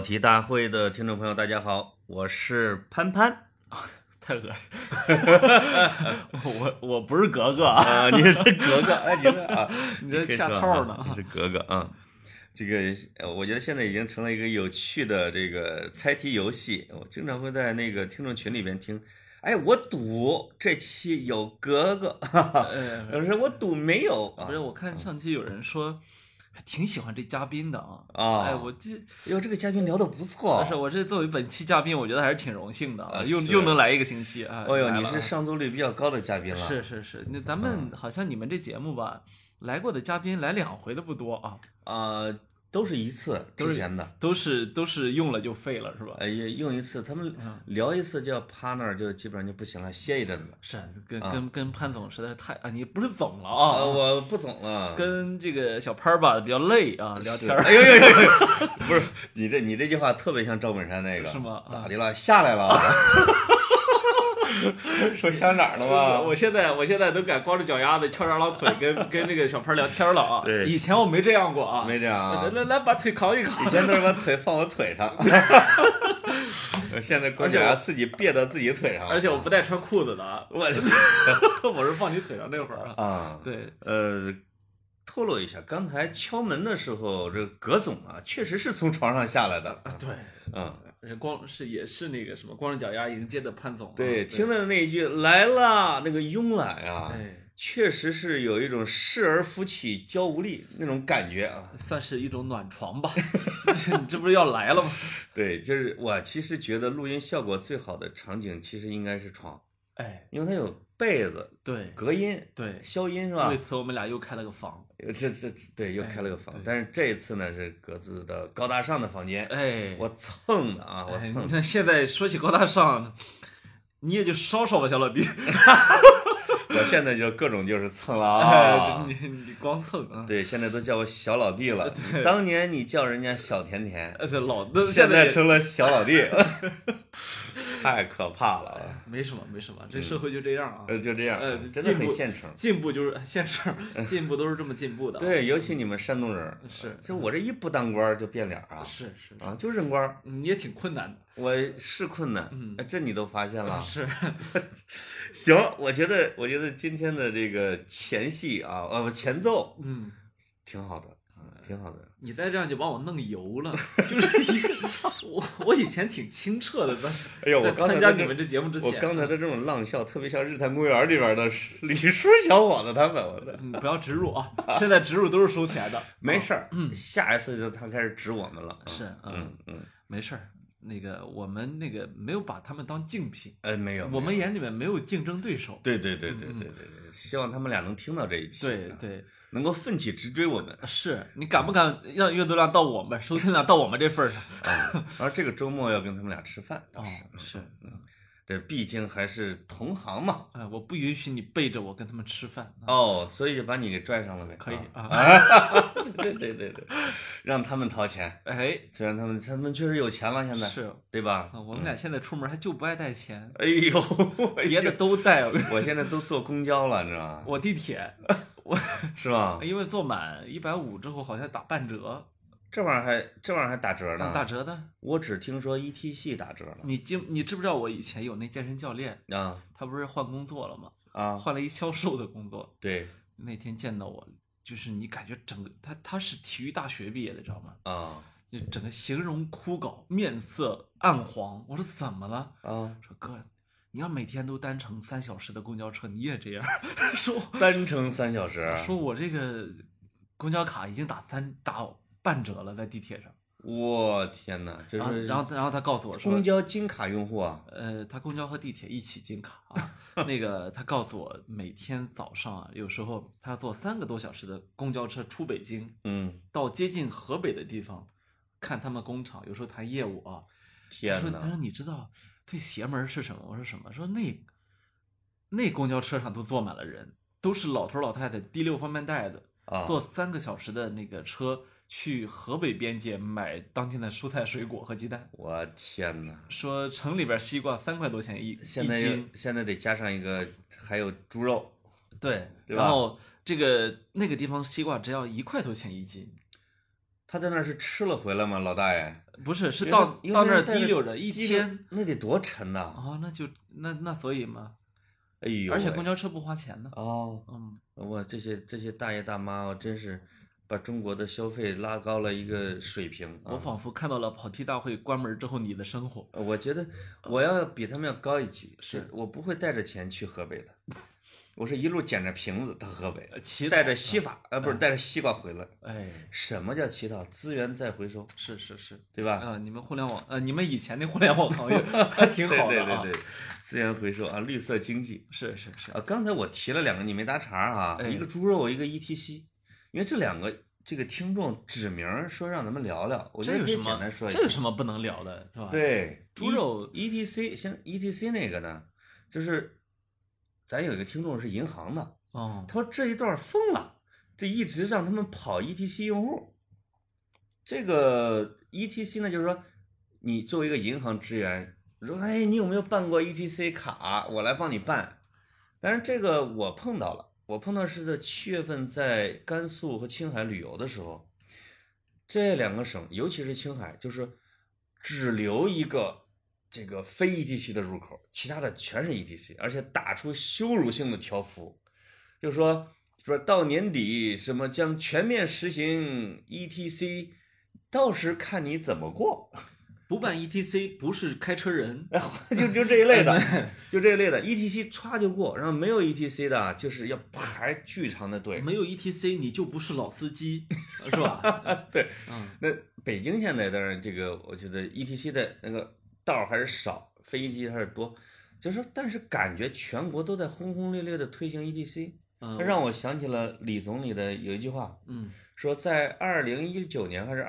题大会的听众朋友，大家好，我是潘潘。 太恶心！我不是格格啊，你是格格，哎，你这啊， 你这下套呢？ 你是格格啊。这个我觉得现在已经成了一个有趣的这个猜题游戏。我经常会在那个听众群里边听，哎，我赌这期有格格，有时我赌没有啊。 不是，我看上期有人说。还挺喜欢这嘉宾的啊！哎，我这个嘉宾聊得不错。 但是我这作为本期嘉宾，我觉得还是挺荣幸的啊，又能来一个星期啊！ 哦呦，你是上座率比较高的嘉宾了。 是，那咱们好像你们这节目吧，来过的嘉宾来2回的不多啊。 都是一次之前的， 都是用了就废了是吧？ 用一次，他们聊一次就要趴那儿，就基本上就不行了，歇一阵子。 是跟潘总实在是太啊，你不是总了啊？ 我不总了。 跟这个小潘吧比较累啊，聊天。 哎呦，不是你这句话特别像赵本山那个， 是吗？ 咋的了？下来了。说想哪儿了吗？ 我现在都敢光着脚丫子翘着二郎腿跟这个小潘聊天了啊！ 对， 以前我没这样过啊， 没这样啊。 来把腿扛一扛。 以前都是把腿放我腿上，现在光脚丫自己别到自己腿上。 而且我不带穿裤子的，我是放你腿上那会儿啊。 对， 透露一下，刚才敲门的时候，这葛总啊，确实是从床上下来的。 对，也是那个什么光着脚丫迎接的潘总。 对，听了那一句来了，那个慵懒啊，确实是有一种失而复起、娇无力那种感觉啊， 算是一种暖床吧。你这不是要来了吗？ 对，就是我其实觉得录音效果最好的场景其实应该是床，因为它有被子， 对， 隔音， 对， 消音是吧？ 为此我们俩又开了个房。 对，又开了个房，但是这一次呢是各自的高大上的房间。我蹭的啊，我蹭。 你看现在说起高大上，你也就稍稍吧，小老弟。 我现在就各种就是蹭了啊！ 你光蹭啊！ 对，现在都叫我小老弟了。当年你叫人家小甜甜，现在成了小老弟，太可怕了。 没什么，这社会就这样啊。 就这样，真的很现成。 进步就是现成，进步都是这么进步的。 对，尤其你们山东人，就我这一不当官就变脸啊。 是啊，就认官。 你也挺困难的。 我是困难，这你都发现了。 是， 行，我觉得今天的这个前戏啊，前奏，挺好的，挺好的。 你再这样就把我弄油了，就是一个我以前挺清澈的， 哎呦，我刚才参加你们这节目之前， 我刚才的这种浪笑特别像日坛公园里边的李叔小伙子他们， 你不要植入啊，现在植入都是收钱的， 没事儿，下一次就他开始指我们了， 是，没事儿。那个我们那个没有把他们当竞品， 没有， 我们眼里面没有竞争对手。 对，希望他们俩能听到这一期， 对， 能够奋起直追我们。 是你敢不敢让阅读量到我们收听量到我们这份上？ 而这个周末要跟他们俩吃饭， 是， 这毕竟还是同行嘛。 我不允许你背着我跟他们吃饭。 所以就把你给拽上了呗。 可以啊。 对，让他们掏钱。虽然他们确实有钱了，现在是， 对吧？ 我们俩现在出门还就不爱带钱。 哎呦， 别的都带。 我现在都坐公交了，你知道吗？ 我地铁， 是吧？ 因为坐满150之后好像打半折。 这玩意儿还打折呢？ 打折的， 我只听说 ETC 打折了。 你知不知道我以前有那健身教练啊？ 他不是换工作了吗？换了一销售的工作。 对， 那天见到我，就是你感觉整个他是体育大学毕业的，知道吗？就整个形容枯槁，面色暗黄。我说怎么了？说哥，你要每天都单程3小时的公交车，你也这样？说单程3小时？ 说我这个公交卡已经打半折了，在地铁上。 我天哪！就是， 然后他告诉我说， 公交金卡用户啊。 他公交和地铁一起金卡啊。那个他告诉我，每天早上啊，有时候他坐3个多小时的公交车出北京，到接近河北的地方看他们工厂，有时候谈业务啊。 天哪！ 他说你知道最邪门是什么？我说什么？说那公交车上都坐满了人，都是老头老太太提溜方便袋的，坐3个小时的那个车。去河北边界买当天的蔬菜水果和鸡蛋。 我天哪！ 说城里边西瓜3块多钱一斤， 现在得加上一个还有猪肉， 对吧？ 然后那个地方西瓜只要1块多钱一斤。 他在那儿是吃了回来吗？老大爷不是，是到那儿滴溜着一天， 那得多沉呐！ 啊，那就那所以嘛， 哎呦， 而且公交车不花钱呢。 哦，哇，这些大爷大妈真是把中国的消费拉高了一个水平。 我仿佛看到了跑题大会关门之后你的生活。 我觉得我要比他们要高一级， 是我不会带着钱去河北的。我是一路捡着瓶子到河北， 带着西法，不是带着西瓜回来。 哎， 什么叫乞讨？资源再回收。 是， 对吧？ 你们互联网，你们以前那互联网行业还挺好的啊。对，资源回收啊，绿色经济。 是。 刚才我提了2个，你没搭茬啊？一个猪肉，一个 ETC， 因为这2个这个听众指名说让咱们聊聊，我觉得可以简单说一下。 这有什么不能聊的，是吧？ 对， 猪肉 ETC， 像 ETC 那个呢，就是咱有一个听众是银行的，他说这一段疯了，这一直让他们跑 ETC 用户。这个 ETC 呢，就是说你作为一个银行职员，说哎，你有没有办过 ETC 卡？我来帮你办。但是这个我碰到了。我碰到是在7月份在甘肃和青海旅游的时候，这2个省，尤其是青海，就是只留一个这个非 ETC 的入口，其他的全是 ETC， 而且打出羞辱性的条幅，就说到年底什么将全面实行 ETC， 到时看你怎么过。 不办 ETC 不是开车人， 就这一类的，就这一类的 ETC 歘就过，然后没有 ETC 的，就是要排巨长的队。 没有 ETC 你就不是老司机，是吧？ 对，那北京现在当然这个，我觉得 ETC 的那个道还是少，非 ETC 还是多，就是说，但是感觉全国都在轰轰烈烈的推行 ETC，让我想起了李总理的有一句话，说在2019年还是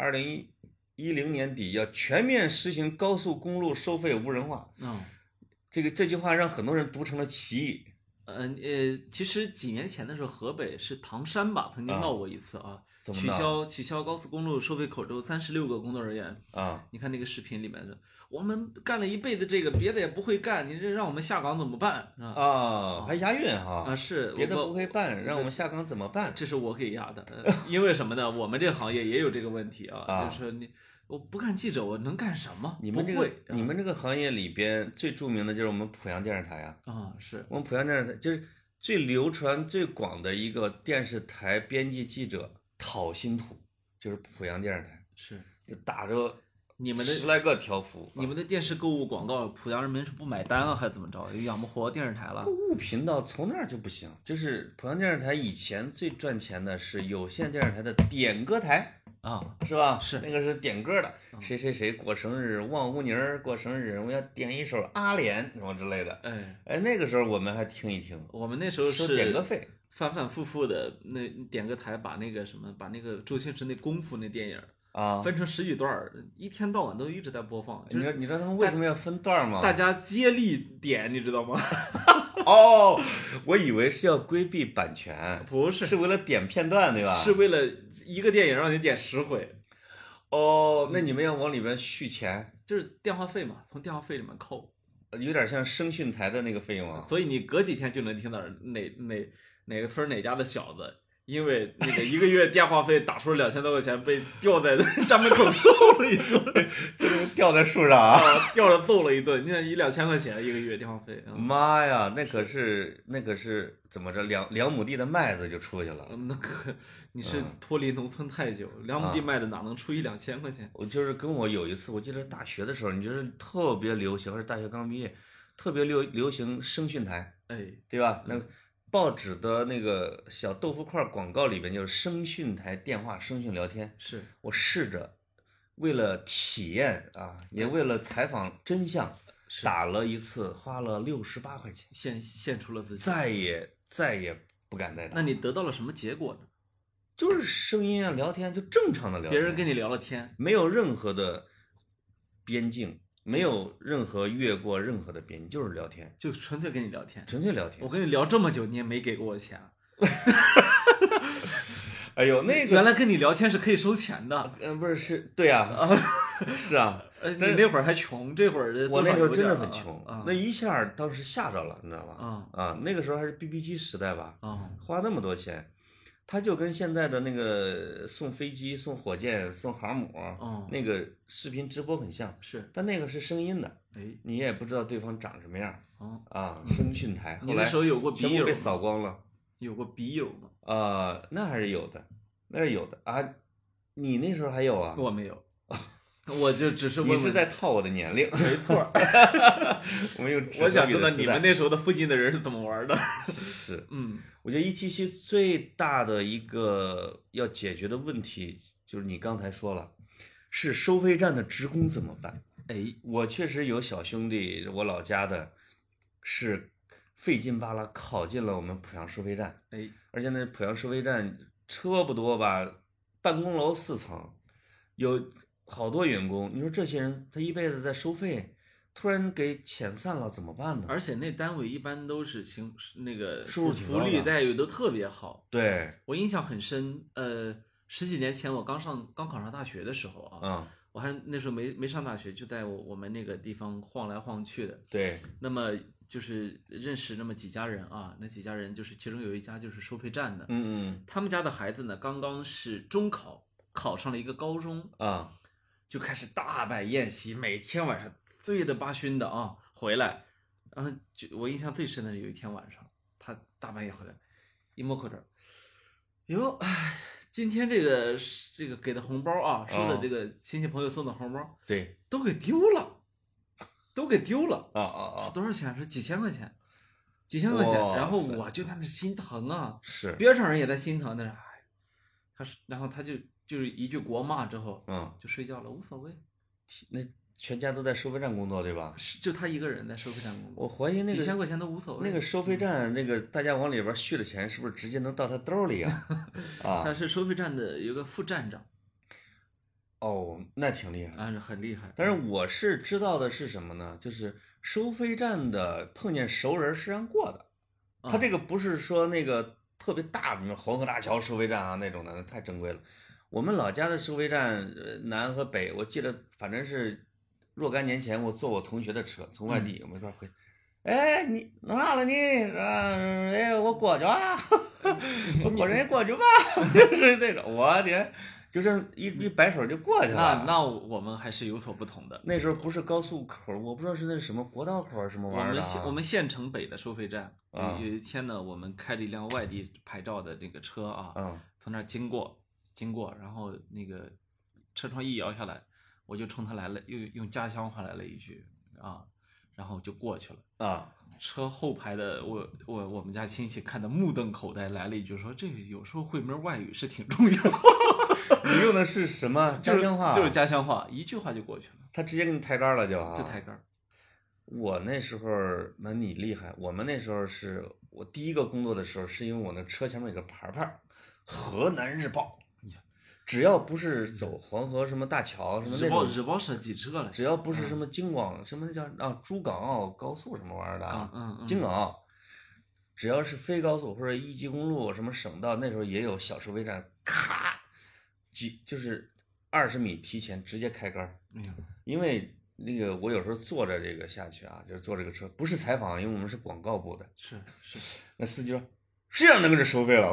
2010年底要全面实行高速公路收费无人化。这句话让很多人读成了歧义。 其实几年前的时候，河北是唐山吧，曾经闹过一次啊，取消高速公路收费口之后，36个工作人员啊，你看那个视频里面的，我们干了一辈子这个，别的也不会干，你这让我们下岗怎么办啊？还押韵哈啊，是别的不会办，让我们下岗怎么办？ 这是我给押的，因为什么呢？我们这个行业也有这个问题啊，就是我不干记者，我能干什么？ 你们这个行业里边最著名的就是我们濮阳电视台啊， 是我们濮阳电视台就是最流传最广的一个电视台编辑记者讨薪图，就是濮阳电视台， 是就打着你们的 10来个条幅， 你们的电视购物广告，濮阳人民是不买单啊，还是怎么着？养不活电视台了？ 购物频道从那儿就不行，就是濮阳电视台以前最赚钱的是有线电视台的点歌台。是吧？ 是那个是点歌的，谁谁谁过生日，王沪宁过生日，我要点一首阿莲什么之类的。哎，那个时候我们还听一听。 我们那时候是点歌费， 反反复复的那点歌台把那个什么，把那个周星驰那功夫那电影分成10几段，一天到晚都一直在播放。 你知道他们为什么要分段吗？ 大家接力点，你知道吗？ 哦，我以为是要规避版权， 不是， 是为了点片段，对吧？ 是为了一个电影让你点10回。 哦，那你们要往里边续钱， 就是电话费嘛，从电话费里面扣， 有点像声讯台的那个费用啊。 所以你隔几天就能听到哪个村哪家的小子，因为那个1个月电话费打出了2000多块钱，被吊在站门口揍了一顿， 就是吊在树上啊， 吊着揍了一顿。你看1-2000块钱1个月电话费， 妈呀，那可是怎么着，2亩地的麦子就出去了。 那个你是脱离农村太久，2亩地麦子哪能出1-2000块钱？ 我就是跟我有一次，我记得大学的时候，你就是特别流行，还是大学刚毕业，特别流行声讯台，对吧？那报纸的那个小豆腐块广告里边就是声讯台电话声讯聊天， 是我试着为了体验啊，也为了采访真相，打了一次，花了68块钱， 献出了自己， 再也不敢再打。 那你得到了什么结果呢？ 就是声音啊，聊天就正常的聊天， 别人跟你聊了天， 没有任何的边境。没有任何越过任何的边界，就是聊天， 就纯粹跟你聊天， 纯粹聊天。 我跟你聊这么久，你也没给过我钱。 哎呦，那个原来跟你聊天是可以收钱的。 不是对啊，是啊。 你那会儿还穷，这会儿我那时候真的很穷，那一下当时吓着了，你知道吧？那个时候还是 BB 机时代吧？花那么多钱。 它就跟现在的那个送飞机、送火箭、送航母，那个视频直播很像， 是， 但那个是声音的，你也不知道对方长什么样，声讯台，后来你那时候有过笔友吗？ 全部被扫光了。 有过笔友吗？ 那还是有的，那是有的啊。你那时候还有啊？ 我没有，我就只是问问。 你是在套我的年龄， 没错。我想知道你们那时候的附近的人是怎么玩的。 是，我觉得 ETC 最大的一个要解决的问题就是你刚才说了，是收费站的职工怎么办？我确实有小兄弟，我老家的，是费劲巴拉考进了我们濮阳收费站，而且那濮阳收费站车不多吧，办公楼4层，有好多员工，你说这些人他一辈子在收费，突然给遣散了怎么办呢？ 而且那单位一般都是那个福利待遇都特别好。 对， 我印象很深。10几年前我刚考上大学的时候啊，我还那时候没上大学，就在我们那个地方晃来晃去的。 对， 那么就是认识那么几家人啊，那几家人就是其中有一家就是收费站的，他们家的孩子呢刚刚是中考上了一个高中就开始大摆宴席，每天晚上醉得八熏的回来，然后我印象最深的是有一天晚上，他大半夜回来，一摸口袋，哟，今天这个给的红包收的这个亲戚朋友送的红包， 对， 都给丢了，多少钱？是几千块钱，然后我就在那心疼啊， 是， 边上人也在心疼，然后他就是一句国骂之后，就睡觉了，无所谓。 那全家都在收费站工作，对吧？ 就他一个人在收费站工作。 我怀疑那个几千块钱都无所谓。 那个收费站，那个大家往里边续的钱，是不是直接能到他兜里啊？ 他是收费站的有个副站长。 那挺厉害很厉害。 但是我是知道的是什么呢？就是收费站的碰见熟人是让过的，他这个不是说那个特别大的黄河大桥收费站那种的，太正规了。我们老家的收费站，南和北，我记得反正是若干年前，我坐我同学的车从外地我们一块回，你弄啥了你？我过去啊，我过人家过去吧，就是那种，我天，就是一摆手就过去了。 那我们还是有所不同的。 那时候不是高速口，我不知道是那什么国道口什么玩意儿我们县城北的收费站，有一天呢，我们开了一辆外地牌照的那个车从那儿经过，然后那个车窗一摇下来，我就冲他来了，又用家乡话来了一句然后就过去了车后排的我们家亲戚看得目瞪口呆，来了一句说：“这个有时候会门外语是挺重要。” 你用的是什么家乡话？ 就是家乡话，一句话就过去了。 他直接给你抬杆了就抬杆。 我那时候那你厉害，我们那时候是我第一个工作的时候，是因为我那车前面有个牌河南日报。只要不是走黄河什么大桥什么那种， 日报是几车了？ 只要不是什么京广什么叫珠港澳高速什么玩意儿的京港澳，只要是非高速或者一级公路什么省道，那时候也有小收费站，咔，就是20米提前直接开杆。因为那个我有时候坐着这个下去就坐这个车，不是采访，因为我们是广告部的。 是。 那司机说：“谁让那个这收费了？”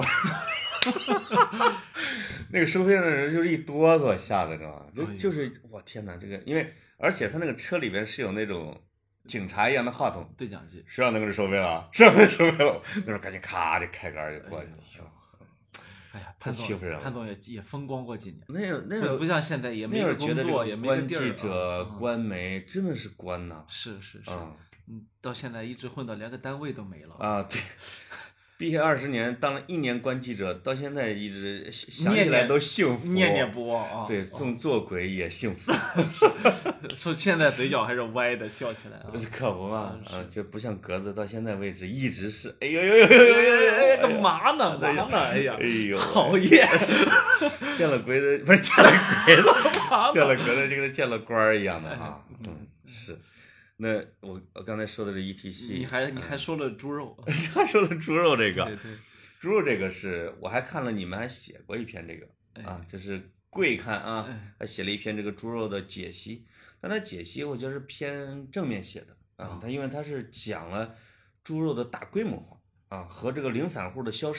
那个收费的人就是一哆嗦，吓得知道吗？就是我天哪，这个因为而且他那个车里边是有那种警察一样的话筒， 对讲机， 谁让那个人收费了？谁让那个收费了？那时候赶紧咔就开杆就过去了。 哎呀，潘总也风光过几年。 那个不像现在也没有工作，也没官记者、官媒真的是官呐。 是。到现在一直混到连个单位都没了对。毕业20年，当了1年官记者，到现在一直想起来都幸福， 念念不忘对，送做鬼也幸福。 说现在嘴角还是歪的，笑起来可不嘛就不像格子，到现在为止一直是，哎呦， 干嘛呢？哎呀，讨厌！ 见了鬼的不是见了鬼的，见了鬼的就跟见了官一样的是。那我刚才说的是 ETC， 你还说了猪肉， 还说了猪肉这个， 对， 猪肉这个是我还看了你们还写过一篇这个就是贵刊还写了一篇这个猪肉的解析，但他解析我觉得是偏正面写的他因为他是讲了猪肉的大规模化和这个零散户的消失，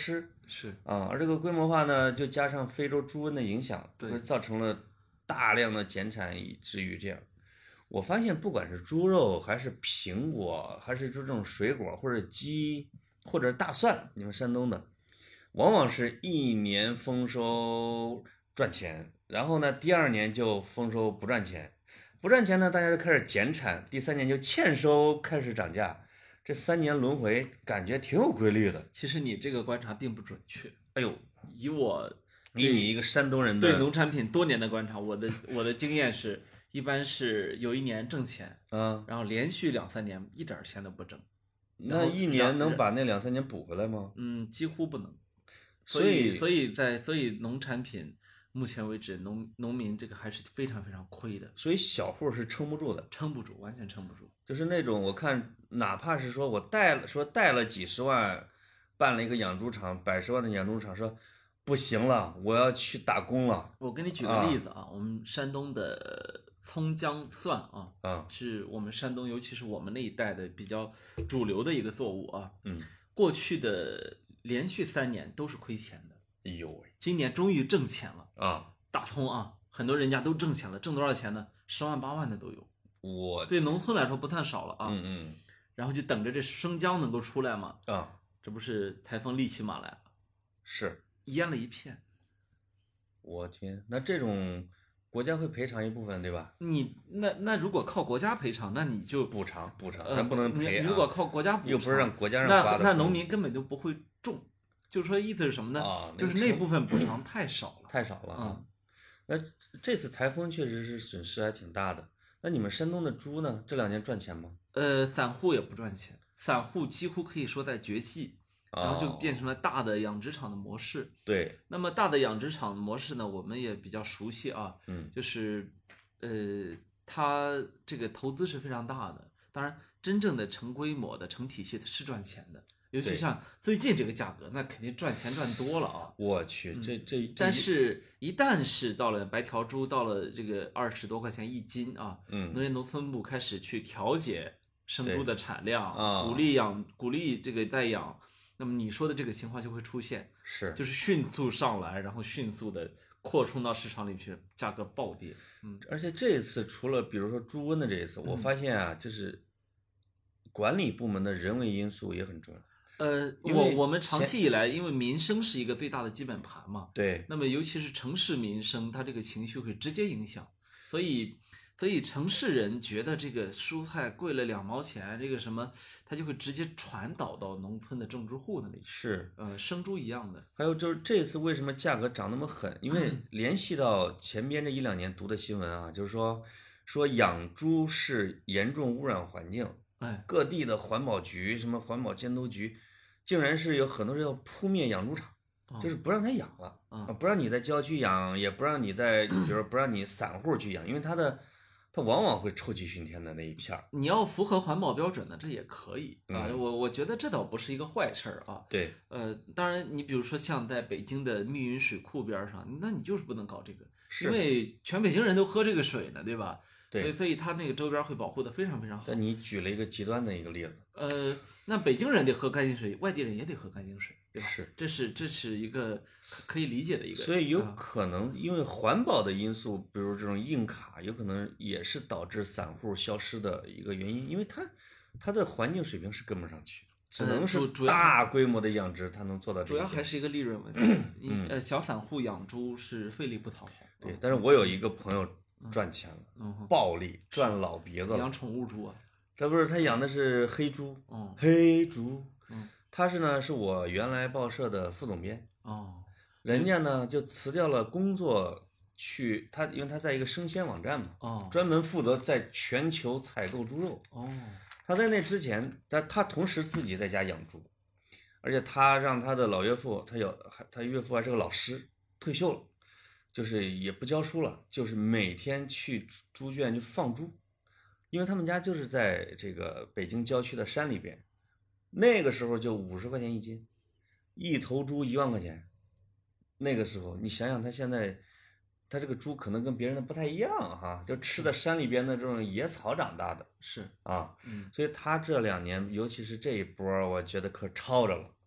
是啊，而这个规模化呢，就加上非洲猪瘟的影响， 对， 造成了大量的减产，以至于这样。我发现不管是猪肉还是苹果，还是这种水果，或者鸡，或者大蒜，你们山东的，往往是一年丰收赚钱，然后呢，第二年就丰收不赚钱，不赚钱呢，大家就开始减产，第三年就欠收开始涨价。这3年轮回，感觉挺有规律的。 其实你这个观察并不准确。 哎呦， 以你一个山东人的对农产品多年的观察，我的经验是，一般是有一年挣钱，然后连续2-3年一点钱都不挣。 那一年能把那2-3年补回来吗？ 几乎不能。所以农产品目前为止，农民这个还是非常非常亏的。 所以小户是撑不住的， 撑不住，完全撑不住。 就是那种我看，哪怕是说我贷了几十万，办了一个养猪场，100万的养猪场，说不行了，我要去打工了。 我给你举个例子啊，我们山东的葱姜蒜是我们山东，尤其是我们那一带的比较主流的一个作物啊。过去的连续3年都是亏钱的。 哎呦喂， 今年终于挣钱了啊！ 大葱啊，很多人家都挣钱了，挣多少钱呢？10万8万的都有。 我对农村来说不算少了啊。然后就等着这生姜能够出来嘛。这不是台风利奇马来了， 是淹了一片。 我天，那这种国家会赔偿一部分，对吧？ 你那如果靠国家赔偿，那你就补偿，咱不能赔如果靠国家补偿， 又不是让国家那农民根本就不会种。就是说意思是什么呢？就是那部分补偿太少了， 太少了。那这次台风确实是损失还挺大的。那你们山东的猪呢？这2年赚钱吗？ 散户也不赚钱，散户几乎可以说在绝迹，然后就变成了大的养殖场的模式。 对， 那么大的养殖场模式呢，我们也比较熟悉啊。就是它这个投资是非常大的，当然真正的成规模的成体系的是赚钱的。尤其像最近这个价格，那肯定赚钱赚多了啊！ 我去， 但是一旦是到了白条猪到了这个20多块钱1斤啊，农业农村部开始去调节生猪的产量，鼓励这个代养，那么你说的这个情况就会出现，就是迅速上来，然后迅速的扩充到市场里去，价格暴跌。 而且这一次除了比如说猪瘟的这一次，我发现啊，就是管理部门的人为因素也很重要。 我们长期以来，因为民生是一个最大的基本盘嘛， 对， 那么尤其是城市民生，它这个情绪会直接影响，所以城市人觉得这个蔬菜贵了2毛钱，这个什么，它就会直接传导到农村的种植户那里去。 是， 生猪一样的。 还有就是这次为什么价格涨那么狠？因为联系到前边这1-2年读的新闻啊，就是说养猪是严重污染环境。各地的环保局、什么环保监督局，竟然是有很多人要扑灭养猪场，就是不让他养了，不让你在郊区养，也不让你在，比如不让你散户去养，因为它往往会臭气熏天的那一片。 你要符合环保标准呢，这也可以啊。我觉得这倒不是一个坏事儿啊。 对， 当然你比如说像在北京的密云水库边上，那你就是不能搞这个，因为全北京人都喝这个水呢，对吧？ 对， 所以它那个周边会保护的非常非常好。 但你举了一个极端的一个例子。 那北京人得喝干净水，外地人也得喝干净水，对吧？ 是， 这是一个可以理解的一个。 所以有可能因为环保的因素，比如这种硬卡，有可能也是导致散户消失的一个原因，因为它的环境水平是跟不上去，只能是大规模的养殖它能做到这一点。 主要还是一个利润问题。小散户养猪是费力不讨好。 对，但是我有一个朋友赚钱了，暴利赚老鼻子了。 养宠物猪啊？ 他养的是黑猪，黑猪，他是我原来报社的副总编，人家呢就辞掉了工作去因为他在一个生鲜网站嘛，专门负责在全球采购猪肉，他在那之前，他同时自己在家养猪，而且他让他的老岳父，他岳父还是个老师，退休了。就是也不教书了，就是每天去猪圈去放猪，因为他们家就是在这个北京郊区的山里边，那个时候就50块钱1斤，一头猪1万块钱。那个时候你想想，他现在他这个猪可能跟别人的不太一样哈，就吃的山里边的这种野草长大的， 是啊，所以他这2年，尤其是这一波，我觉得可抄着了。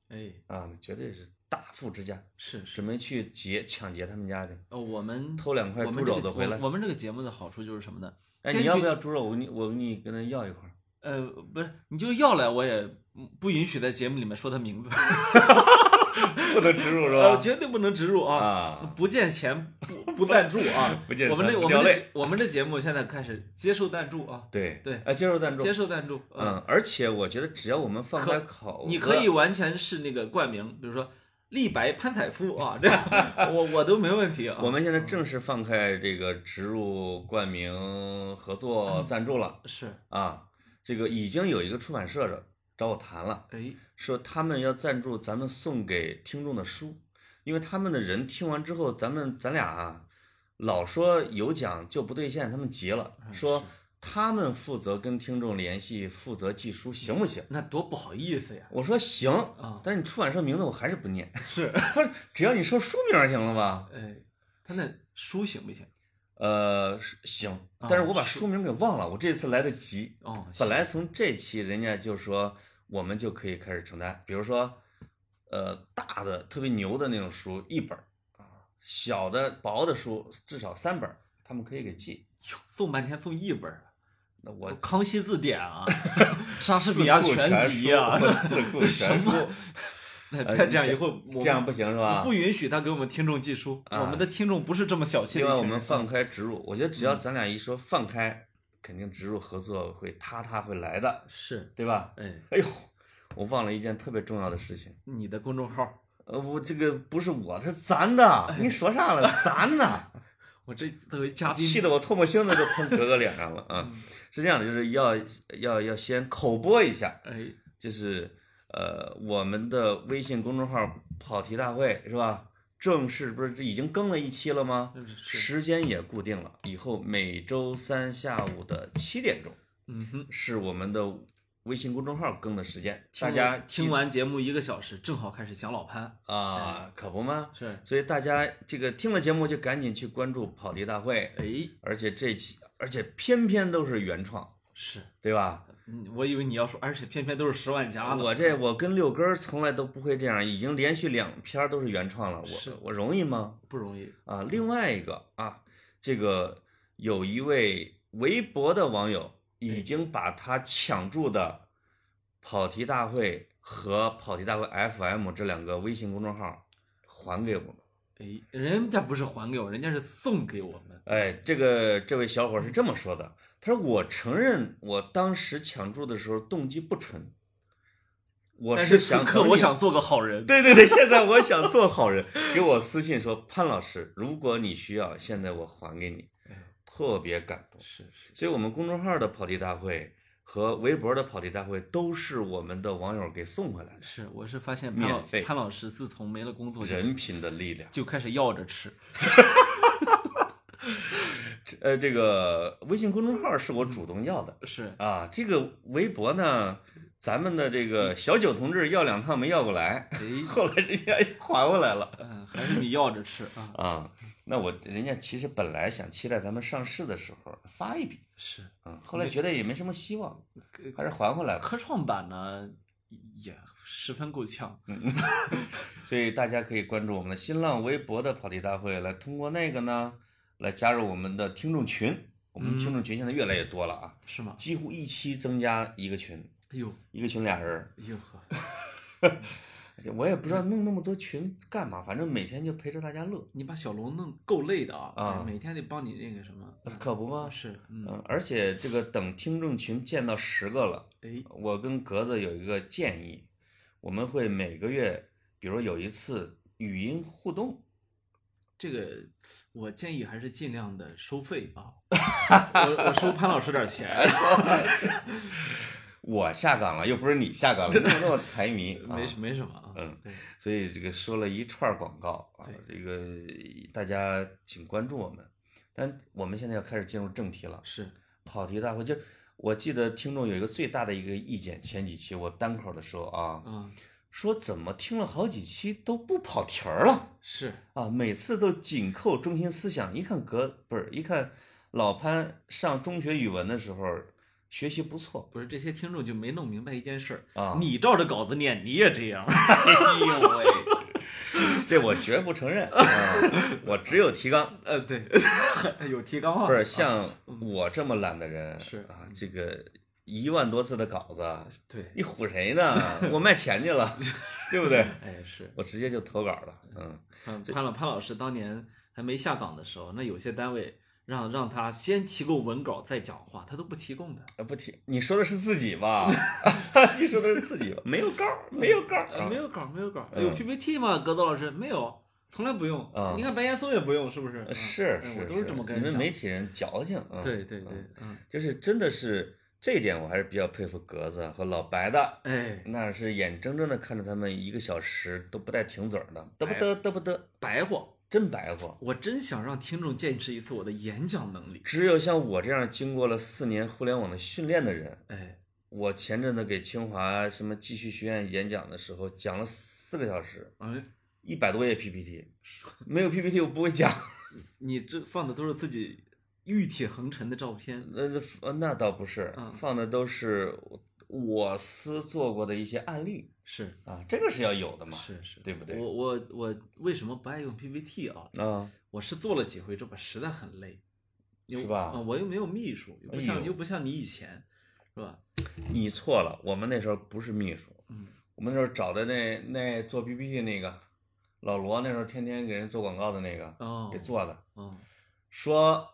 绝对是大富之家， 是准备去抢劫他们家的。 我们偷2块猪肘子回来。 我们这个节目的好处就是什么呢？ 你要不要猪肉？我给你跟他要一块。 不是，你就要来，我也不允许在节目里面说他名字。 不能植入是吧？ 绝对不能植入啊！不见钱不赞助啊！ 不见钱我们这节目现在开始接受赞助啊！ 对， 接受赞助。 嗯， 而且我觉得只要我们放开口， 你可以完全是那个冠名，比如说立白潘采夫啊，这样我都没问题啊。 我们现在正式放开这个植入冠名合作赞助了。 是啊，这个已经有一个出版社找我谈了，说他们要赞助咱们送给听众的书，因为他们的人听完之后，咱俩老说有奖就不兑现，他们急了，说他们负责跟听众联系，负责寄书，行不行？ 那多不好意思呀！ 我说行但是你出版社名字我还是不念。 是， 他说只要你说书名行了吧？ 他那书行不行？ 行，但是我把书名给忘了，我这次来得及。本来从这期人家就说我们就可以开始承担，比如说大的特别牛的那种书1本小的薄的书至少3本，他们可以给寄。 送半天送1本， 那我康熙字典啊，莎士比亚全集啊， 四库全书。 再这样以后， 这样不行是吧？ 不允许他给我们听众寄书，我们的听众不是这么小气的。 另外，我们放开植入，我觉得只要咱俩一说放开，肯定植入合作会会来的， 是对吧？哎呦，我忘了一件特别重要的事情。 你的公众号？ 我这个不是我，这是咱的。你说啥了？咱的。 我这作为嘉宾， 气得我唾沫星子都喷格格脸上了啊！是这样的，就是要先口播一下，就是我们的微信公众号跑题大会是吧？正式不是已经更了1期了吗？时间也固定了，以后每周3下午的7点钟，是我们的微信公众号更的时间。大家听完节目1个小时，正好开始想老潘啊，可不吗？ 是， 所以大家这个听了节目就赶紧去关注跑题大会，而且偏偏都是原创， 是对吧？ 我以为你要说，而且偏偏都是10万加了。 我跟6根从来都不会这样，已经连续2篇都是原创了，我容易吗？ 不容易啊。另外一个这个有一位微博的网友已经把他抢注的跑题大会和跑题大会 FM 这2个微信公众号还给我们。 人家不是还给我，人家是送给我们。 这位小伙是这么说的，他说我承认我当时抢注的时候动机不纯， 但是此刻我想做个好人。 对，现在我想做好人，给我私信说潘老师，如果你需要，现在我还给你，特别感动。 是， 所以我们公众号的跑题大会和微博的跑题大会都是我们的网友给送回来的。 是，我是发现潘老师自从没了工作， 人品的力量就开始要着吃。 这个微信公众号是我主动要的， 是啊，这个微博呢，咱们的这个小九同志要2趟没要过来，后来人家还过来了， 还是你要着吃啊。那人家其实本来想期待咱们上市的时候发一笔， 是， 后来觉得也没什么希望，还是还回来了。 科创板呢也十分够呛， 所以大家可以关注我们的新浪微博的跑题大会，来通过那个呢来加入我们的听众群。我们听众群现在越来越多了啊， 是吗？ 几乎1期增加1个群，一个群俩人，我也不知道弄那么多群干嘛，反正每天就陪着大家乐。 你把小龙弄够累的每天得帮你那个什么， 可不吗？ 是， 而且这个等听众群建到10个了，我跟格子有一个建议，我们会每个月，比如有一次语音互动。 这个我建议还是尽量的收费我收潘老师点钱。 我下岗了，又不是你下岗了，那么财迷， 没什么对，所以这个说了一串广告这个大家请关注我们。但我们现在要开始进入正题了， 是跑题大会。就我记得听众有一个最大的一个意见，前几期我单口的时候说怎么听了好几期都不跑题儿了， 是每次都紧扣中心思想。一看老潘上中学语文的时候， 学习不错。 不是这些听众就没弄明白一件事儿啊， 你照着稿子念，你也这样。 哎呦喂，这我绝不承认，我只有提纲。 对，有提纲啊。 不是像我这么懒的人， 是啊，这个1万多字的稿子， 对， 你唬谁呢？我卖钱去了，对不对？ 哎，是我直接就投稿了。 潘老师当年还没下岗的时候，那有些单位让他先提供文稿再讲话，他都不提供的。 不提，你说的是自己吧？你说的是自己吧？没有稿，没有稿， 没有稿，没有稿。有 PPT 吗？格斗老师没有，从来不用。你看白岩松也不用，是不是？ 是， 我都是这么跟你们媒体人矫情。 对对， 就是真的是这一点，我还是比较佩服格子和老白的。 哎， 那是眼睁睁的看着他们1个小时都不带停嘴的，嘚不得， 白话。 真白话！ 我真想让听众见识一次我的演讲能力。 只有像我这样经过了4年互联网的训练的人， 哎， 我前阵子给清华什么继续学院演讲的时候，讲了4个小时，100多页 PPT， 没有 PPT 我不会讲。 你这放的都是自己玉铁横陈的照片？ 那倒不是，放的都是我司做过的一些案例。 是啊，这个是要有的嘛， 是， 对不对？ 我为什么不爱用 PPT 啊？我是做了几回之后，实在很累， 是吧？ 我又没有秘书，又不像你以前，是吧？ 你错了，我们那时候不是秘书，我们那时候找的那做 PPT 那个老罗，那时候天天给人做广告的那个，给做的，说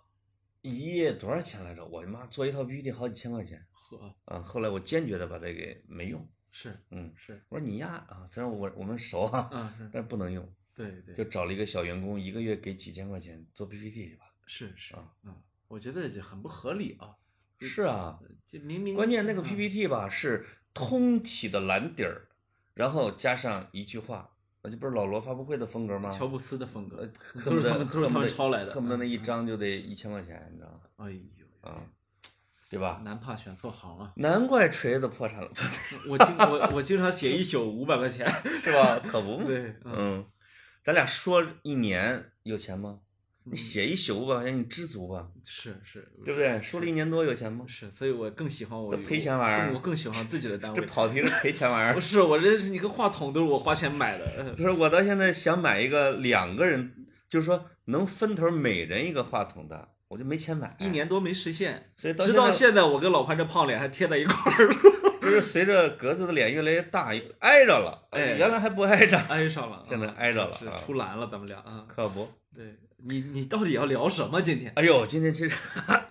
1页多少钱来着？我的妈，做一套 PPT 好几千块钱，后来我坚决的把它给没用。 是， 我说你呀虽然我们熟但是不能用， 对， 就找了一个小员工，1个月给几千块钱做 PPT 去吧。 是我觉得很不合理啊。 是啊， 这明关键那个 PPT 吧是通体的蓝底儿，然后加上一句话，那这不是老罗发布会的风格吗？ 乔布斯的风格， 都是他们抄来的， 恨不得那一张就得1000块钱，你知道吗？ 哎呦对吧？ 难怕选错行啊！ 难怪锤子破产了。 我经常写一宿500块钱， 是吧？可不嘛。 对， 咱俩说1年有钱吗？你写一宿500块钱，你知足吧？ 是， 对不对？说了1年多有钱吗？ 是，所以我更喜欢我赔钱玩意儿， 我更喜欢自己的单位。 这跑题是赔钱玩意儿。 不是，我这一个话筒都是我花钱买的。 就是我到现在想买一个2个人，就是说能分头每人一个话筒的。我就没钱买 ，1年多没实现， 所以直到现在我跟老潘这胖脸还贴在一块儿。 就是随着格子的脸越来越大，挨着了。原来还不挨着， 挨上了， 现在挨着了， 是出栏了，咱们俩啊。 可不， 对你到底要聊什么今天？ 哎呦，今天其实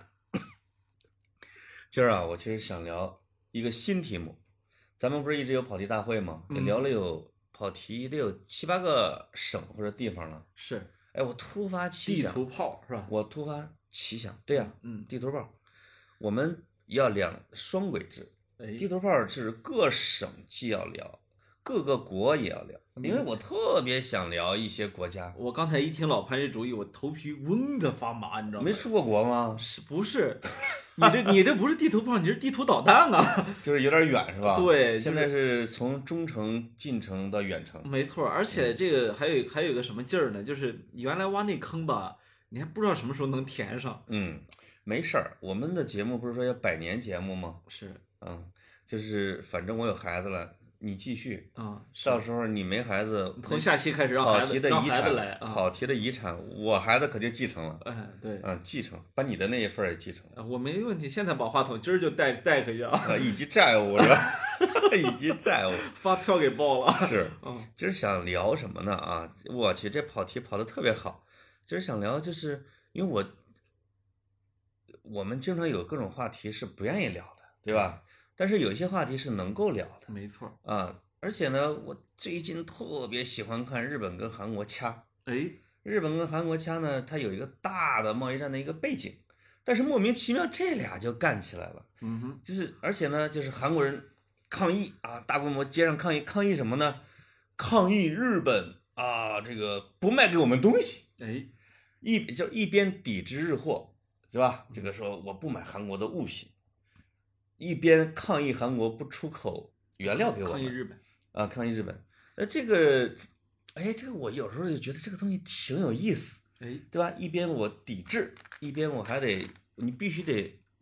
今儿我其实想聊一个新题目。咱们不是一直有跑题大会吗？也聊了有跑题得有7、8个省或者地方了。 是， 我突发奇想， 地图炮是吧？ 我突发奇想，对呀，地图炮，我们要双轨制。地图炮是各省既要聊，各个国也要聊，因为我特别想聊一些国家。 我刚才一听老潘这主意，我头皮嗡的发麻，你知道吗？ 没出过国吗？ 是不是？你这不是地图炮，你是地图导弹啊！ 就是有点远是吧？ 对， 现在是从中程、近程到远程。 没错，而且这个还有一个什么劲儿呢？就是你原来挖那坑吧，你还不知道什么时候能填上。 没事儿，我们的节目不是说要100年节目吗？ 是， 就是反正我有孩子了，你继续到时候你没孩子， 从下期开始让孩子来， 跑题的遗产，我孩子可就继承了。 对， 继承，把你的那一份也继承了。 我没问题，现在把话筒今儿就带回去啊。 以及债务是吧？以及债务， 发票给报了。 是，今儿想聊什么呢？我去，这跑题跑得特别好。今儿想聊，就是因为我们经常有各种话题是不愿意聊的，对吧？但是有一些话题是能够聊的， 没错而且呢，我最近特别喜欢看日本跟韩国掐。日本跟韩国掐呢，它有一个大的贸易战的一个背景，但是莫名其妙这俩就干起来了。就是而且呢，就是韩国人抗议大规模街上抗议什么呢？抗议日本这个不卖给我们东西。一边抵制日货，对吧？这个说我不买韩国的物品。一边抗议韩国不出口原料给我们， 抗议日本抗议日本。这个我有时候就觉得这个东西挺有意思，对吧？一边我抵制，一边我还得，你必须得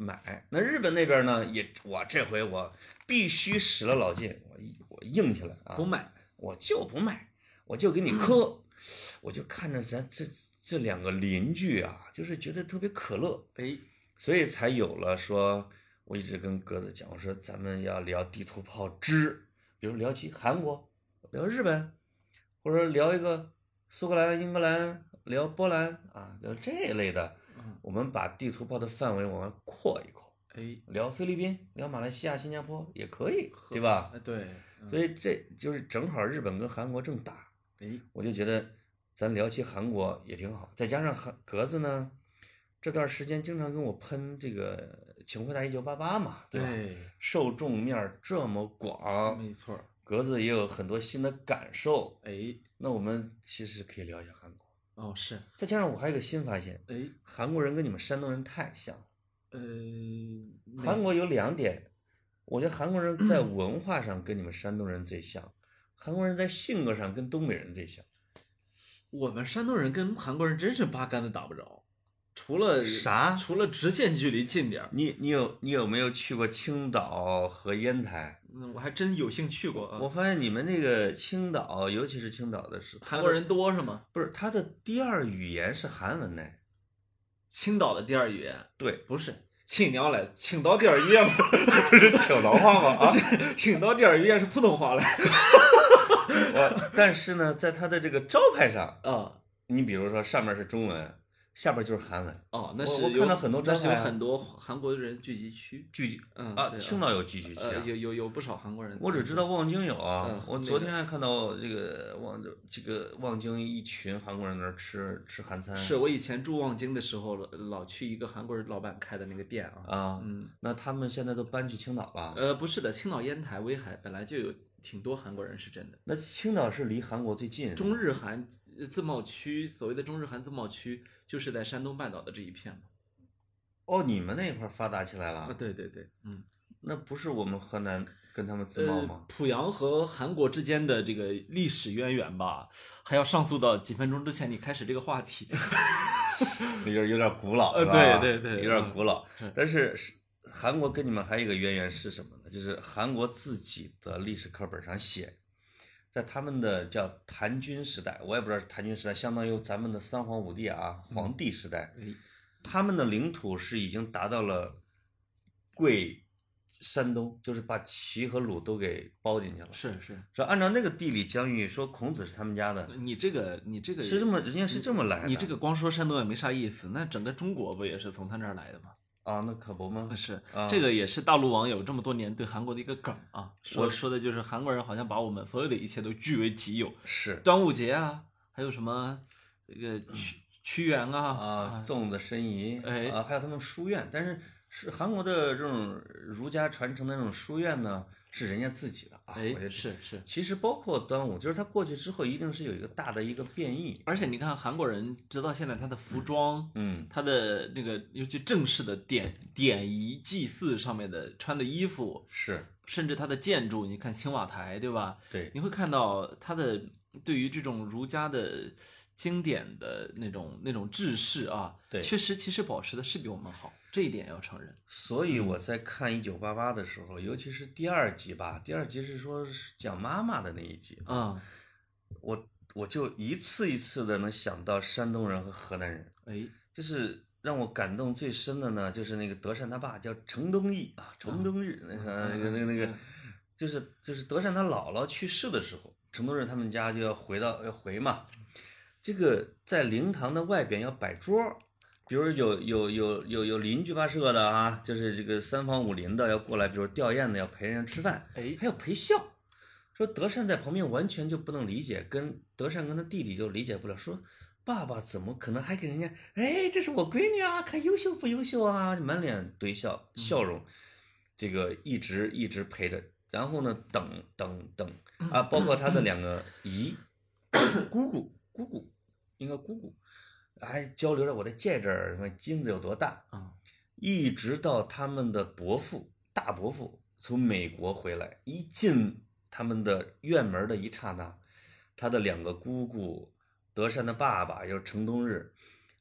买。那日本那边呢，我这回我必须使了老劲，我硬起来啊， 不买， 我就不卖，我就给你磕。我就看着咱这两个邻居啊，就是觉得特别可乐，所以才有了说，我一直跟鸽子讲，我说咱们要聊地图炮之，比如聊起韩国，聊日本，或者聊一个苏格兰、英格兰，聊波兰啊，就这一类的。我们把地图炮的范围往外扩一扩，聊菲律宾，聊马来西亚、新加坡也可以，对吧？ 对， 所以这就是正好日本跟韩国正打，我就觉得咱聊起韩国也挺好。再加上格子呢，这段时间经常跟我喷这个请回答1988嘛，对吧？受众面这么广， 没错， 格子也有很多新的感受。那我们其实可以聊一下韩国。 是。 再加上我还有一个新发现，韩国人跟你们山东人太像了。韩国有2点，我觉得韩国人在文化上跟你们山东人最像，韩国人在性格上跟东北人最像。 我们山东人跟韩国人真是八竿子打不着，除了啥？ 除了直线距离近点。 你有没有去过青岛和烟台？ 我还真有幸去过啊。 我发现你们那个青岛，尤其是青岛的是韩国人多是吗？ 不是，他的第2语言是韩文呢。 青岛的第2语言？ 对， 不是。青鸟嘞，青岛第2语言不是青岛话吗？ 啊，青岛第2语言是普通话嘞。 但是呢，在他的这个招牌上啊， 你比如说上面是中文，下边就是韩文。 那是我看到很多招牌， 那是有很多韩国人聚集区。 青岛有聚集区啊， 有不少韩国人。 我只知道望京有啊，我昨天还看到这个望京一群韩国人在那吃韩餐。 是我以前住望京的时候，老去一个韩国人老板开的那个店啊。 那他们现在都搬去青岛了？ 不是的，青岛、烟台、威海本来就有挺多韩国人，是真的。 那青岛是离韩国最近。 中日韩自贸区，所谓的中日韩自贸区，就是在山东半岛的这一片嘛。 你们那块发达起来了？ 对， 那不是我们河南跟他们自贸吗？ 濮阳和韩国之间的这个历史渊源吧，还要上溯到几分钟之前你开始这个话题， 有点古老， 对， 有点古老。但是韩国跟你们还有一个渊源是什么呢？就是韩国自己的历史课本上写，在他们的叫檀君时代，我也不知道是檀君时代，相当于咱们的三皇五帝啊，黄帝时代，他们的领土是已经达到了贵山东，就是把齐和鲁都给包进去了。 是， 按照那个地理疆域说，孔子是他们家的。 你这个是这么，人家是这么来的。 你这个光说山东也没啥意思，那整个中国不也是从他那儿来的吗？ 那可不吗？ 是，这个也是大陆网友这么多年对韩国的一个梗啊。说的就是韩国人好像把我们所有的一切都据为己有。 是， 端午节啊，还有什么这个屈原啊， 粽子申遗，还有他们书院，但是韩国的这种儒家传承的那种书院呢，是人家自己的啊。我觉得是。 其实包括端午，就是他过去之后一定是有一个大的一个变异。 而且你看韩国人直到现在，他的服装，他的那个尤其正式的典仪祭祀上面的穿的衣服， 是， 甚至他的建筑，你看青瓦台，对吧？ 对， 你会看到他的对于这种儒家的经典的那种制式啊， 对， 其实保持的是比我们好，这一点要承认。 所以我在看1988的时候，尤其是第2集吧，第2集是说是讲妈妈的那一集我就一次一次的能想到山东人和河南人。就是让我感动最深的呢，就是那个德善他爸叫程东义啊，程东日那个就是德善他姥姥去世的时候，程东日他们家就要回嘛，这个在灵堂的外边要摆桌，比如有邻居吧社的啊，就是这个三房五邻的要过来，比如吊唁的要陪人家吃饭，还要陪笑。说德善在旁边完全就不能理解，德善跟他弟弟就理解不了，说爸爸怎么可能还给人家这是我闺女啊，看优秀不优秀啊，满脸堆笑容，这个一直陪着，然后呢等啊，包括他的2个姨姑姑应该姑姑还交流着我的戒指什么金子有多大一直到他们的大伯父从美国回来，一进他们的院门的一刹那，他的2个姑姑德善的爸爸就是程东日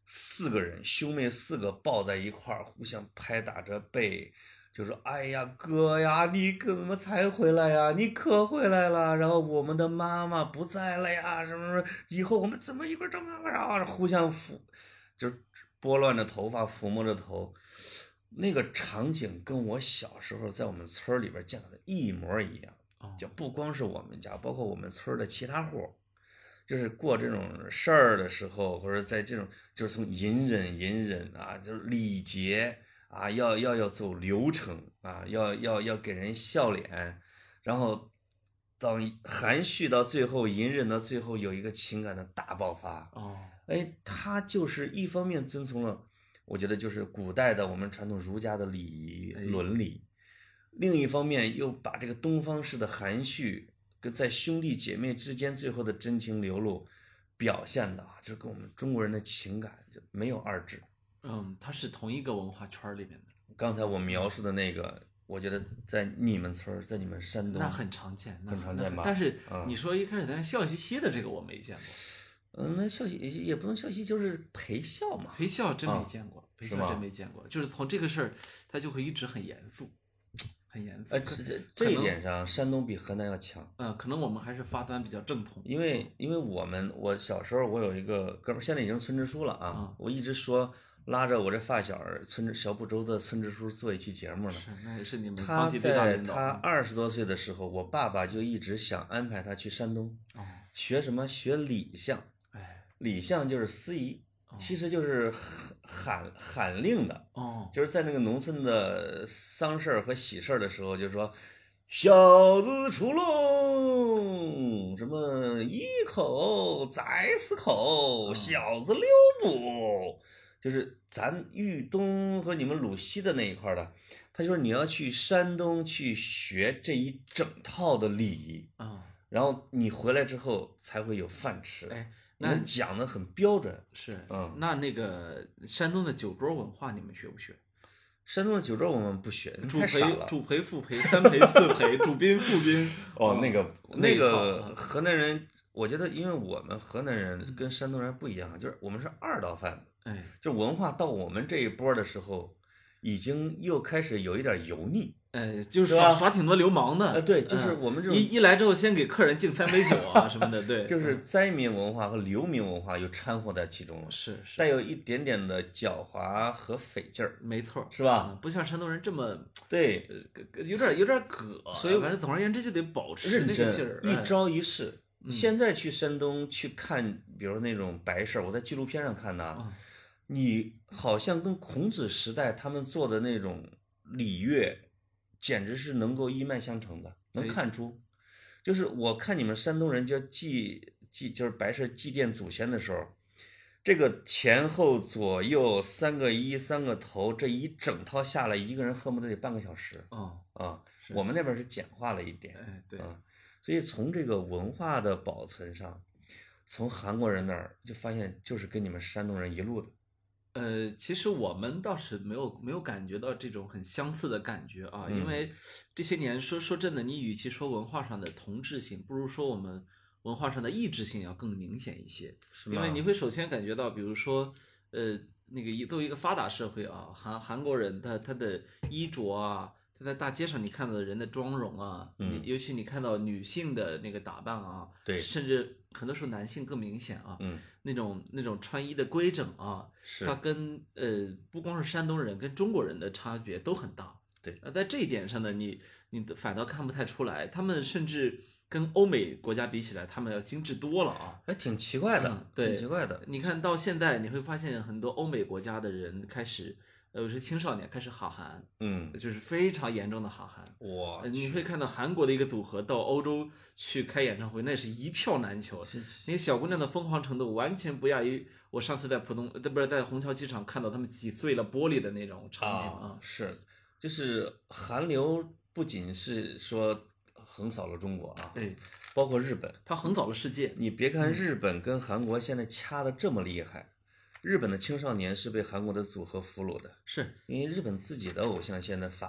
4个人，兄妹4个抱在一块儿，互相拍打着背，就说：“哎呀，哥呀，你怎么才回来呀？你可回来了！然后我们的妈妈不在了呀，什么什么，以后我们怎么一块儿整啊？”然后互相就拨乱着头发，抚摸着头。那个场景跟我小时候在我们村里边见到的一模一样。就不光是我们家，包括我们村的其他户，就是过这种事儿的时候，或者在这种就是从隐忍啊，就是礼节啊，要走流程啊，要给人笑脸，然后到含蓄到最后，隐忍到最后，有一个情感的大爆发。哎，他就是一方面遵从了，我觉得就是古代的我们传统儒家的礼仪伦理。另一方面又把这个东方式的含蓄跟在兄弟姐妹之间最后的真情流露表现的就是跟我们中国人的情感就没有二致。 它是同一个文化圈里面的。 刚才我描述的那个，我觉得在你们村，在你们山东那很常见， 很常见吧？ 但是你说一开始在笑嘻嘻的这个我没见过。 那笑嘻也不能笑嘻，就是陪笑嘛。 陪笑真没见过，陪笑真没见过。就是从这个事儿，他就会一直很严肃。很严肃。 这一点上，山东比河南要强。 可能我们还是发端比较正统。 因为我小时候我有一个哥们，现在已经村支书了啊。我一直说拉着我这发小小不周的村支书做一期节目呢。 是，那也是你们他在他20多岁的时候，我爸爸就一直想安排他去山东，学什么？学礼相。礼相就是司仪。其实就是喊令的，就是在那个农村的丧事和喜事的时候，就是说，小子出笼，什么一口再4口，小子6步，就是咱豫东和你们鲁西的那一块的，他说你要去山东去学这一整套的礼仪，然后你回来之后才会有饭吃。那讲的很标准。 是，那个山东的酒桌文化你们学不学？ 山东的酒桌我们不学， 主陪、副陪、3陪、4陪，主宾、副宾。 那个河南人，我觉得因为我们河南人跟山东人不一样，就是我们是2道贩子。就文化到我们这一波的时候，已经又开始有一点油腻。 就是耍挺多流氓的。 对，就是我们这种一来之后先给客人敬3杯酒啊什么的。对， 就是灾民文化和流民文化又掺和在其中了， 是带有一点点的狡猾和匪劲儿。 没错， 是吧？ 不像山东人这么对， 有点葛。所以反正总而言之就得保持那个劲儿， 一招一式。现在去山东去看，比如那种白事儿，我在纪录片上看的，你好像跟孔子时代他们做的那种礼乐。简直是能够一脉相承的，能看出，就是我看你们山东人就是白事祭奠祖先的时候，这个前后左右3个一3个头，这一整套下来，一个人恨不得得半个小时。我们那边是简化了一点。 对。 所以从这个文化的保存上，从韩国人那儿就发现就是跟你们山东人一路的。 其实我们倒是没有感觉到这种很相似的感觉啊，因为这些年说真的，你与其说文化上的同质性，不如说我们文化上的异质性要更明显一些。因为你会首先感觉到，比如说，那个都一个发达社会啊，韩国人他的衣着啊，他在大街上你看到的人的妆容啊，尤其你看到女性的那个打扮啊， 对， 甚至很多时候男性更明显啊，那种穿衣的规整啊，它跟不光是山东人跟中国人的差别都很大。 对， 在这一点上呢，你反倒看不太出来，他们甚至跟欧美国家比起来，他们要精致多了啊， 还挺奇怪的， 对， 挺奇怪的。 你看到现在，你会发现很多欧美国家的人开始。是青少年开始哈韩，就是非常严重的哈韩。 哇， 你会看到韩国的一个组合到欧洲去开演唱会，那是一票难求。那小姑娘的疯狂程度完全不亚于我上次在在虹桥机场看到他们挤碎了玻璃的那种场景啊。 是，就是韩流不仅是说横扫了中国啊，包括日本， 它横扫了世界。 你别看日本跟韩国现在掐得这么厉害。日本的青少年是被韩国的组合俘虏的， 是因为日本自己的偶像现在乏力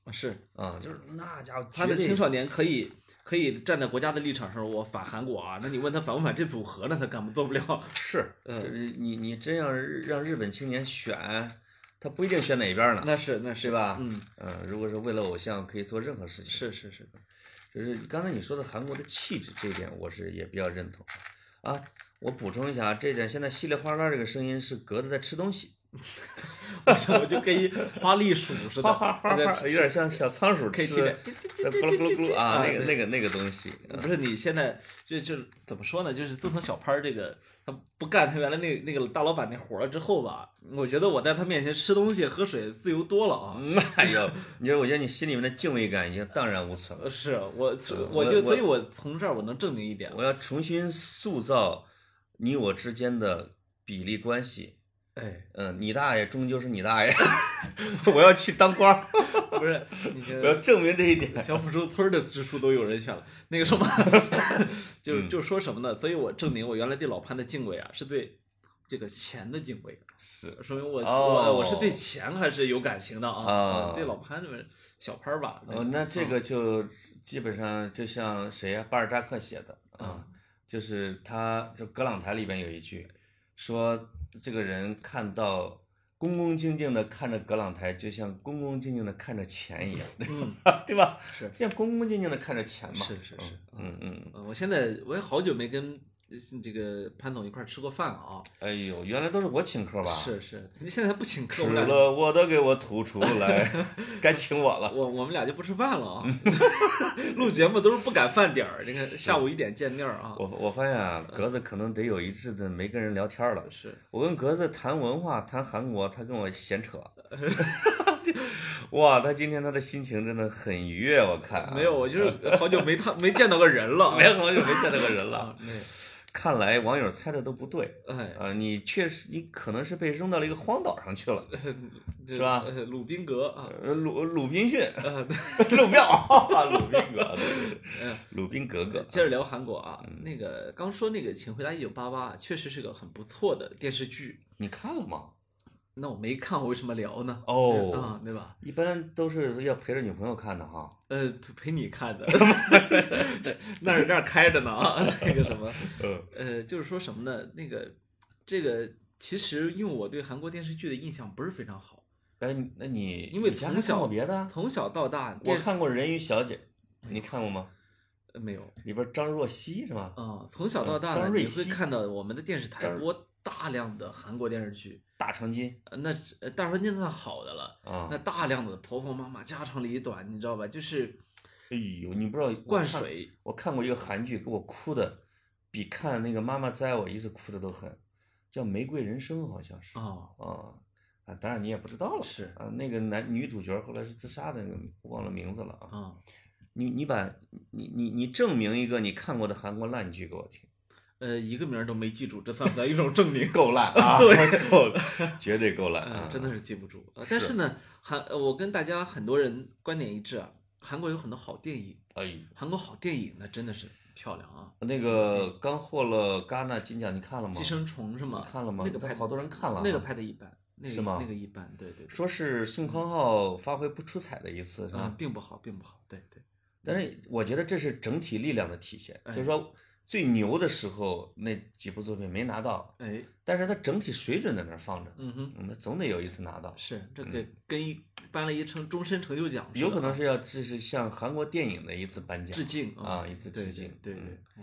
是就是那家伙， 他的青少年可以站在国家的立场上，我反韩国啊。那你问他反不反这组合呢？他根本做不了。 是，就是你真要让日本青年选，他不一定选哪一边呢。 那是对吧？如果是为了偶像，可以做任何事情。 是， 就是刚才你说的韩国的气质，这一点我是也比较认同啊。我补充一下啊，这点现在稀里哗啦这个声音是格子在吃东西。 我就跟一花栗鼠似的， 有点像小仓鼠吃的，咕噜咕噜咕噜啊，那个东西。 不是你现在就怎么说呢？就是自从小潘这个他不干他原来那个大老板那活了之后吧，我觉得我在他面前吃东西喝水自由多了啊。 哎呦，我觉得你心里面的敬畏感已经荡然无存了。 是所以我从这儿我能证明一点， 我要重新塑造你我之间的比例关系。你大爷终究是你大爷，我要去当官儿。 不是， 我要证明这一点。 小浦洲村的支书都有人选了，那个什么，就是说什么呢？所以我证明我原来对老潘的敬畏啊，是对这个钱的敬畏， 是说明我是对钱还是有感情的啊。对老潘这个小潘吧， 那这个就基本上就像谁呀？巴尔扎克写的就是就葛朗台里边有一句说。这个人看到恭恭敬敬的看着葛朗台，就像恭恭敬敬的看着钱一样，对吧？ 是像恭恭敬敬的看着钱嘛。 是，我现在我也好久没跟这个潘总一块吃过饭了啊。 哎呦，原来都是我请客吧？ 是，你现在不请客， 吃了我的给我吐出来，该请我了。 我们俩就不吃饭了啊。录节目都是不赶饭点儿，你看下午1点见面啊。 我发现啊，格子可能得有一阵子没跟人聊天了。 是我跟格子谈文化，谈韩国，他跟我闲扯。哇，他今天他的心情真的很愉悦，我看。 没有，我就是好久没见到个人了， 好久没见到个人了。看来网友猜的都不对，你确实，你可能是被扔到了一个荒岛上去了，是吧？ 鲁宾格啊， 鲁滨逊，鲁庙，鲁宾格，鲁宾格格。 接着聊韩国啊，那个刚说那个《请回答1988》确实是个很不错的电视剧， 你看了吗？ 那我没看，我为什么聊呢？对吧？ 一般都是要陪着女朋友看的哈。 陪你看的，那儿开着呢啊，那个什么，就是说什么呢？这个其实因为我对韩国电视剧的印象不是非常好。 那你因为从小别的， 从小到大， 我看过《人鱼小姐》，你看过吗？ 没有， 里边张若曦是吗？ 从小到大你会看到我们的电视台播大量的韩国电视剧， 大长今， 那大长今算好的了那大量的婆婆妈妈家长里短，你知道吧？就是， 哎呦，你不知道灌水。 我看过一个韩剧，给我哭的，比看那个妈妈栽我一次哭的都狠，叫《玫瑰人生》，好像是当然你也不知道了， 是那个女主角后来是自杀的，忘了名字了啊。你证明一个你看过的韩国烂剧给我听。 一个名都没记住，这算不算一种证明？ 够烂啊！ 对， 够了，绝对够烂啊！ 真的是记不住。但是呢，我跟大家很多人观点一致啊，韩国有很多好电影。韩国好电影那真的是漂亮啊！ 那个刚获了戛纳金奖，你看了吗？ 寄生虫是吗？ 看了吗？ 那个好多人看了。 那个拍的一般， 是吗？ 那个一般，对。 说是宋康昊发挥不出彩的一次，是吧？ 并不好，对。 但是我觉得这是整体力量的体现，就是说。最牛的时候那几部作品没拿到，但是它整体水准在那儿放着，那总得有一次拿到。 是这个跟颁了一终身成就奖， 有可能是这是向韩国电影的一次颁奖致敬一次致敬。 对。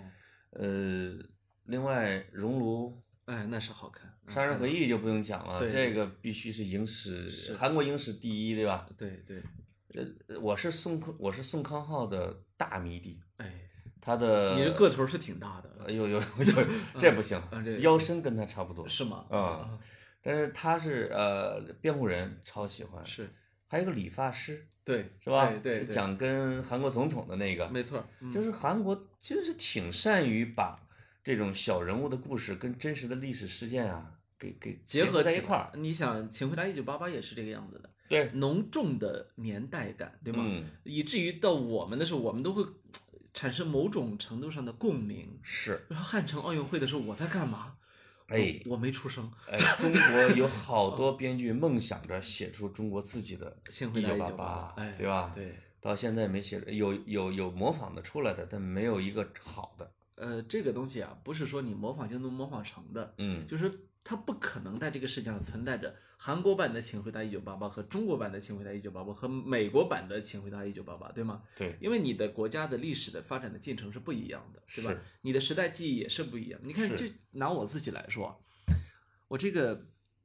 另外熔炉， 那是好看， 杀人回忆就不用讲了，这个必须是影史韩国影史第一，对吧？ 对。 我是宋康昊的大迷弟， 他的你这个头是挺大的， 有这不行，腰身跟他差不多， 是吗？ 但是他是辩护人，超喜欢， 是， 还有个理发师， 对， 是吧？ 对， 讲跟韩国总统的那个， 没错， 就是韩国其实是挺善于把这种小人物的故事跟真实的历史事件啊给结合在一块儿。 你想，请回答1988也是这个样子的， 对， 浓重的年代感，对吗？以至于到我们的时候，我们都会产生某种程度上的共鸣。 是， 汉城奥运会的时候，我在干嘛？ 哎， 我没出生。 哎，中国有好多编剧梦想着写出中国自己的1988， 哎， 对吧？ 对， 到现在没写，有模仿的出来的，但没有一个好的。 这个东西啊，不是说你模仿就能模仿成的，就是它不可能在这个世界上存在着韩国版的《请回答1988》和中国版的《请回答1988》和美国版的《请回答1988》，对吗？ 对， 因为你的国家的历史的发展的进程是不一样的，对吧？你的时代记忆也是不一样。你看，就拿我自己来说，我这个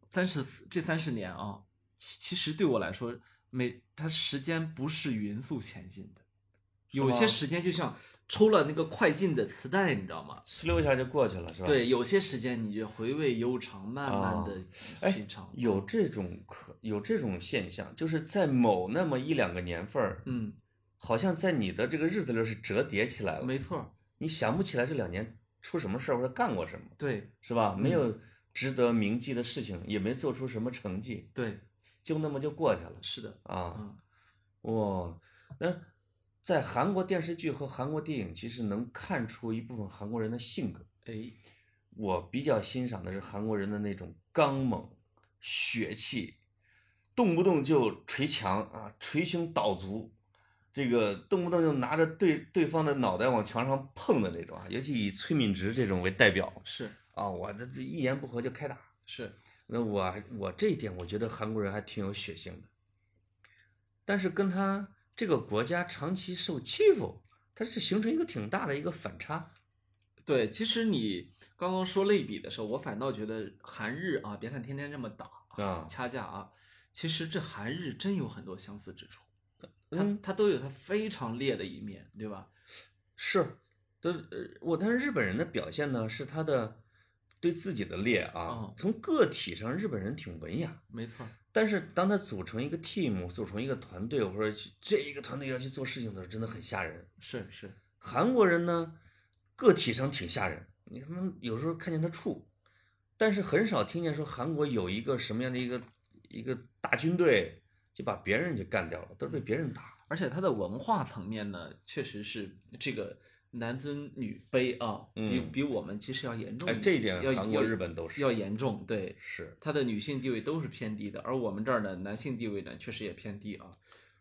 30年啊，其实对我来说，它时间不是匀速前进的，有些时间就像抽了那个快进的磁带，你知道吗？ 呲溜一下就过去了，是吧？ 对，有些时间你就回味悠长，慢慢的品尝。 有这种现象，就是在某那么1-2个年份儿，好像在你的这个日子里是折叠起来了。 没错， 你想不起来这2年出什么事儿或者干过什么， 对， 是吧？没有值得铭记的事情，也没做出什么成绩， 对， 就那么就过去了。 是的啊，哇，那在韩国电视剧和韩国电影，其实能看出一部分韩国人的性格。 哎， 我比较欣赏的是韩国人的那种刚猛、血气，动不动就捶墙啊，捶胸倒足，这个动不动就拿着对方的脑袋往墙上碰的那种啊，尤其以崔敏植这种为代表。 是啊，我这一言不合就开打。 是， 那我这一点，我觉得韩国人还挺有血性的。但是跟他这个国家长期受欺负，它是形成一个挺大的一个反差。 对，其实你刚刚说类比的时候，我反倒觉得韩日啊，别看天天这么打啊掐架啊，其实这韩日真有很多相似之处。它都有它非常烈的一面，对吧？ 是，但是日本人的表现呢，是他的对自己的烈啊，从个体上日本人挺文雅， 没错。 但是当他组成一个 team， 组成一个团队，或者这一个团队要去做事情的时候，真的很吓人。 是， 韩国人呢，个体上挺吓人，你他妈有时候看见他怵，但是很少听见说韩国有一个什么样的一个大军队就把别人就干掉了，都是被别人打。 而且它的文化层面呢，确实是这个男尊女卑啊，比我们其实要严重一些。 这一点韩国、日本都是要严重，对， 是他的女性地位都是偏低的，而我们这儿呢，男性地位呢确实也偏低啊。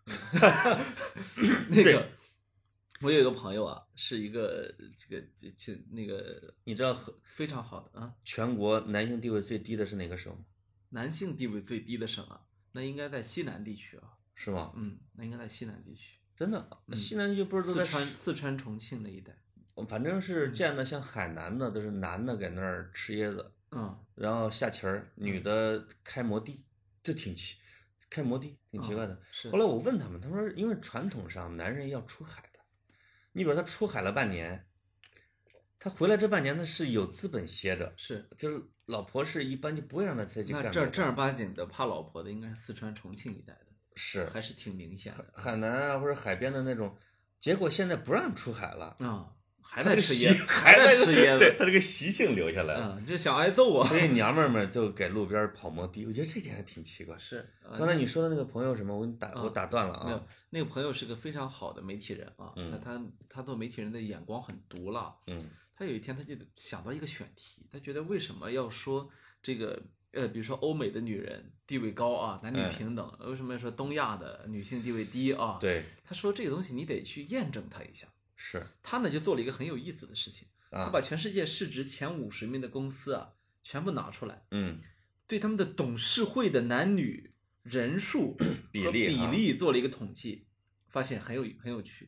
那个，我有一个朋友啊，是一个那个， 你知道非常好的啊， 全国男性地位最低的是哪个省？ 男性地位最低的省啊，那应该在西南地区啊。 是吗？ 那应该在西南地区。 真的，西南地区不是都在四川、重庆那一带？ 反正是见的像海南的，都是男的在那儿吃椰子，然后下棋儿，女的开摩的，这开摩的挺奇怪的。后来我问他们，他说因为传统上男人要出海的，你比如他出海了半年，他回来这半年他是有资本歇着，就是老婆是一般就不会让他再去干。 那正儿八经的怕老婆的，应该是四川、重庆一带的。 是， 还是挺明显的。 海南啊，或者海边的那种，结果现在不让出海了还在吃椰子， 还在吃椰子， 对，他这个习性留下来了。 这想挨揍啊！ 所以娘们儿们就给路边跑摩的，我觉得这点还挺奇怪。 是， 刚才你说的那个朋友什么，我打断了啊。 没有，那个朋友是个非常好的媒体人啊，他做媒体人的眼光很毒辣。他有一天他就想到一个选题，他觉得为什么要说这个？比如说欧美的女人地位高啊，男女平等，为什么要说东亚的女性地位低啊？ 对， 他说这个东西你得去验证它一下。 是， 他呢就做了一个很有意思的事情，他把全世界市值前50名的公司啊全部拿出来，对他们的董事会的男女人数和比例做了一个统计，发现很有趣。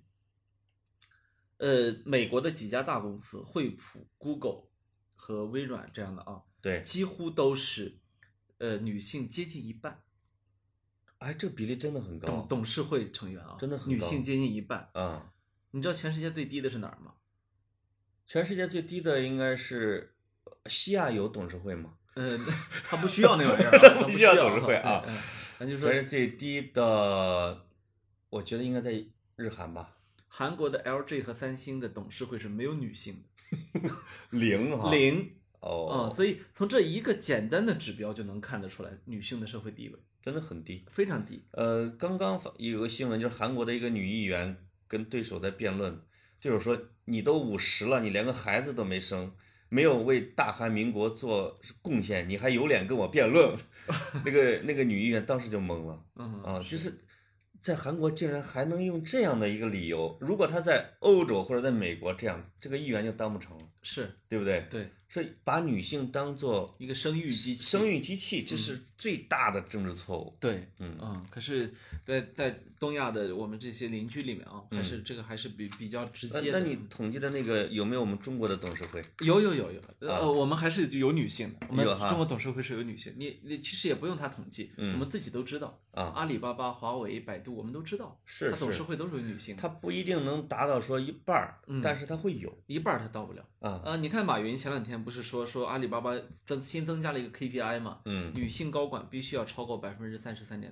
美国的几家大公司，惠普、Google 和微软这样的啊。 对， 几乎都是，女性接近一半， 哎，这比例真的很高。 董事会成员啊， 真的很高， 女性接近一半啊。 你知道全世界最低的是哪儿吗？ 全世界最低的应该是西亚有董事会吗？ 他不需要那玩意儿， 不需要董事会啊。 咱就说， 全世界最低的，我觉得应该在日韩吧。 韩国的 LG 和三星的董事会是没有女性的， 零。 所以从这一个简单的指标就能看得出来，女性的社会地位真的很低， 非常低。 刚刚有个新闻，就是韩国的一个女议员跟对手在辩论，对手说你都50了，你连个孩子都没生， 没有为大韩民国做贡献，你还有脸跟我辩论？那个女议员当时就懵了，就是在韩国竟然还能用这样的一个理由，如果他在欧洲或者在美国这样，这个议员就当不成了， 是对不对？ 对， 所以把女性当做一个生育机器， 生育机器，这是最大的政治错误。 对，可是在东亚的我们这些邻居里面啊，还是这个还是比较直接的。 那你统计的那个有没有我们中国的董事会？ 有，我们还是有女性的，我们中国董事会是有女性。你其实也不用他统计，我们自己都知道啊，阿里巴巴、华为、百度，我们都知道， 是他董事会都是有女性的。 他不一定能达到说一半，但是他会有一半，他到不了啊。 你看马云前2天不是说阿里巴巴新增加了一个 KPI 嘛？女性高管必须要超过33.3%。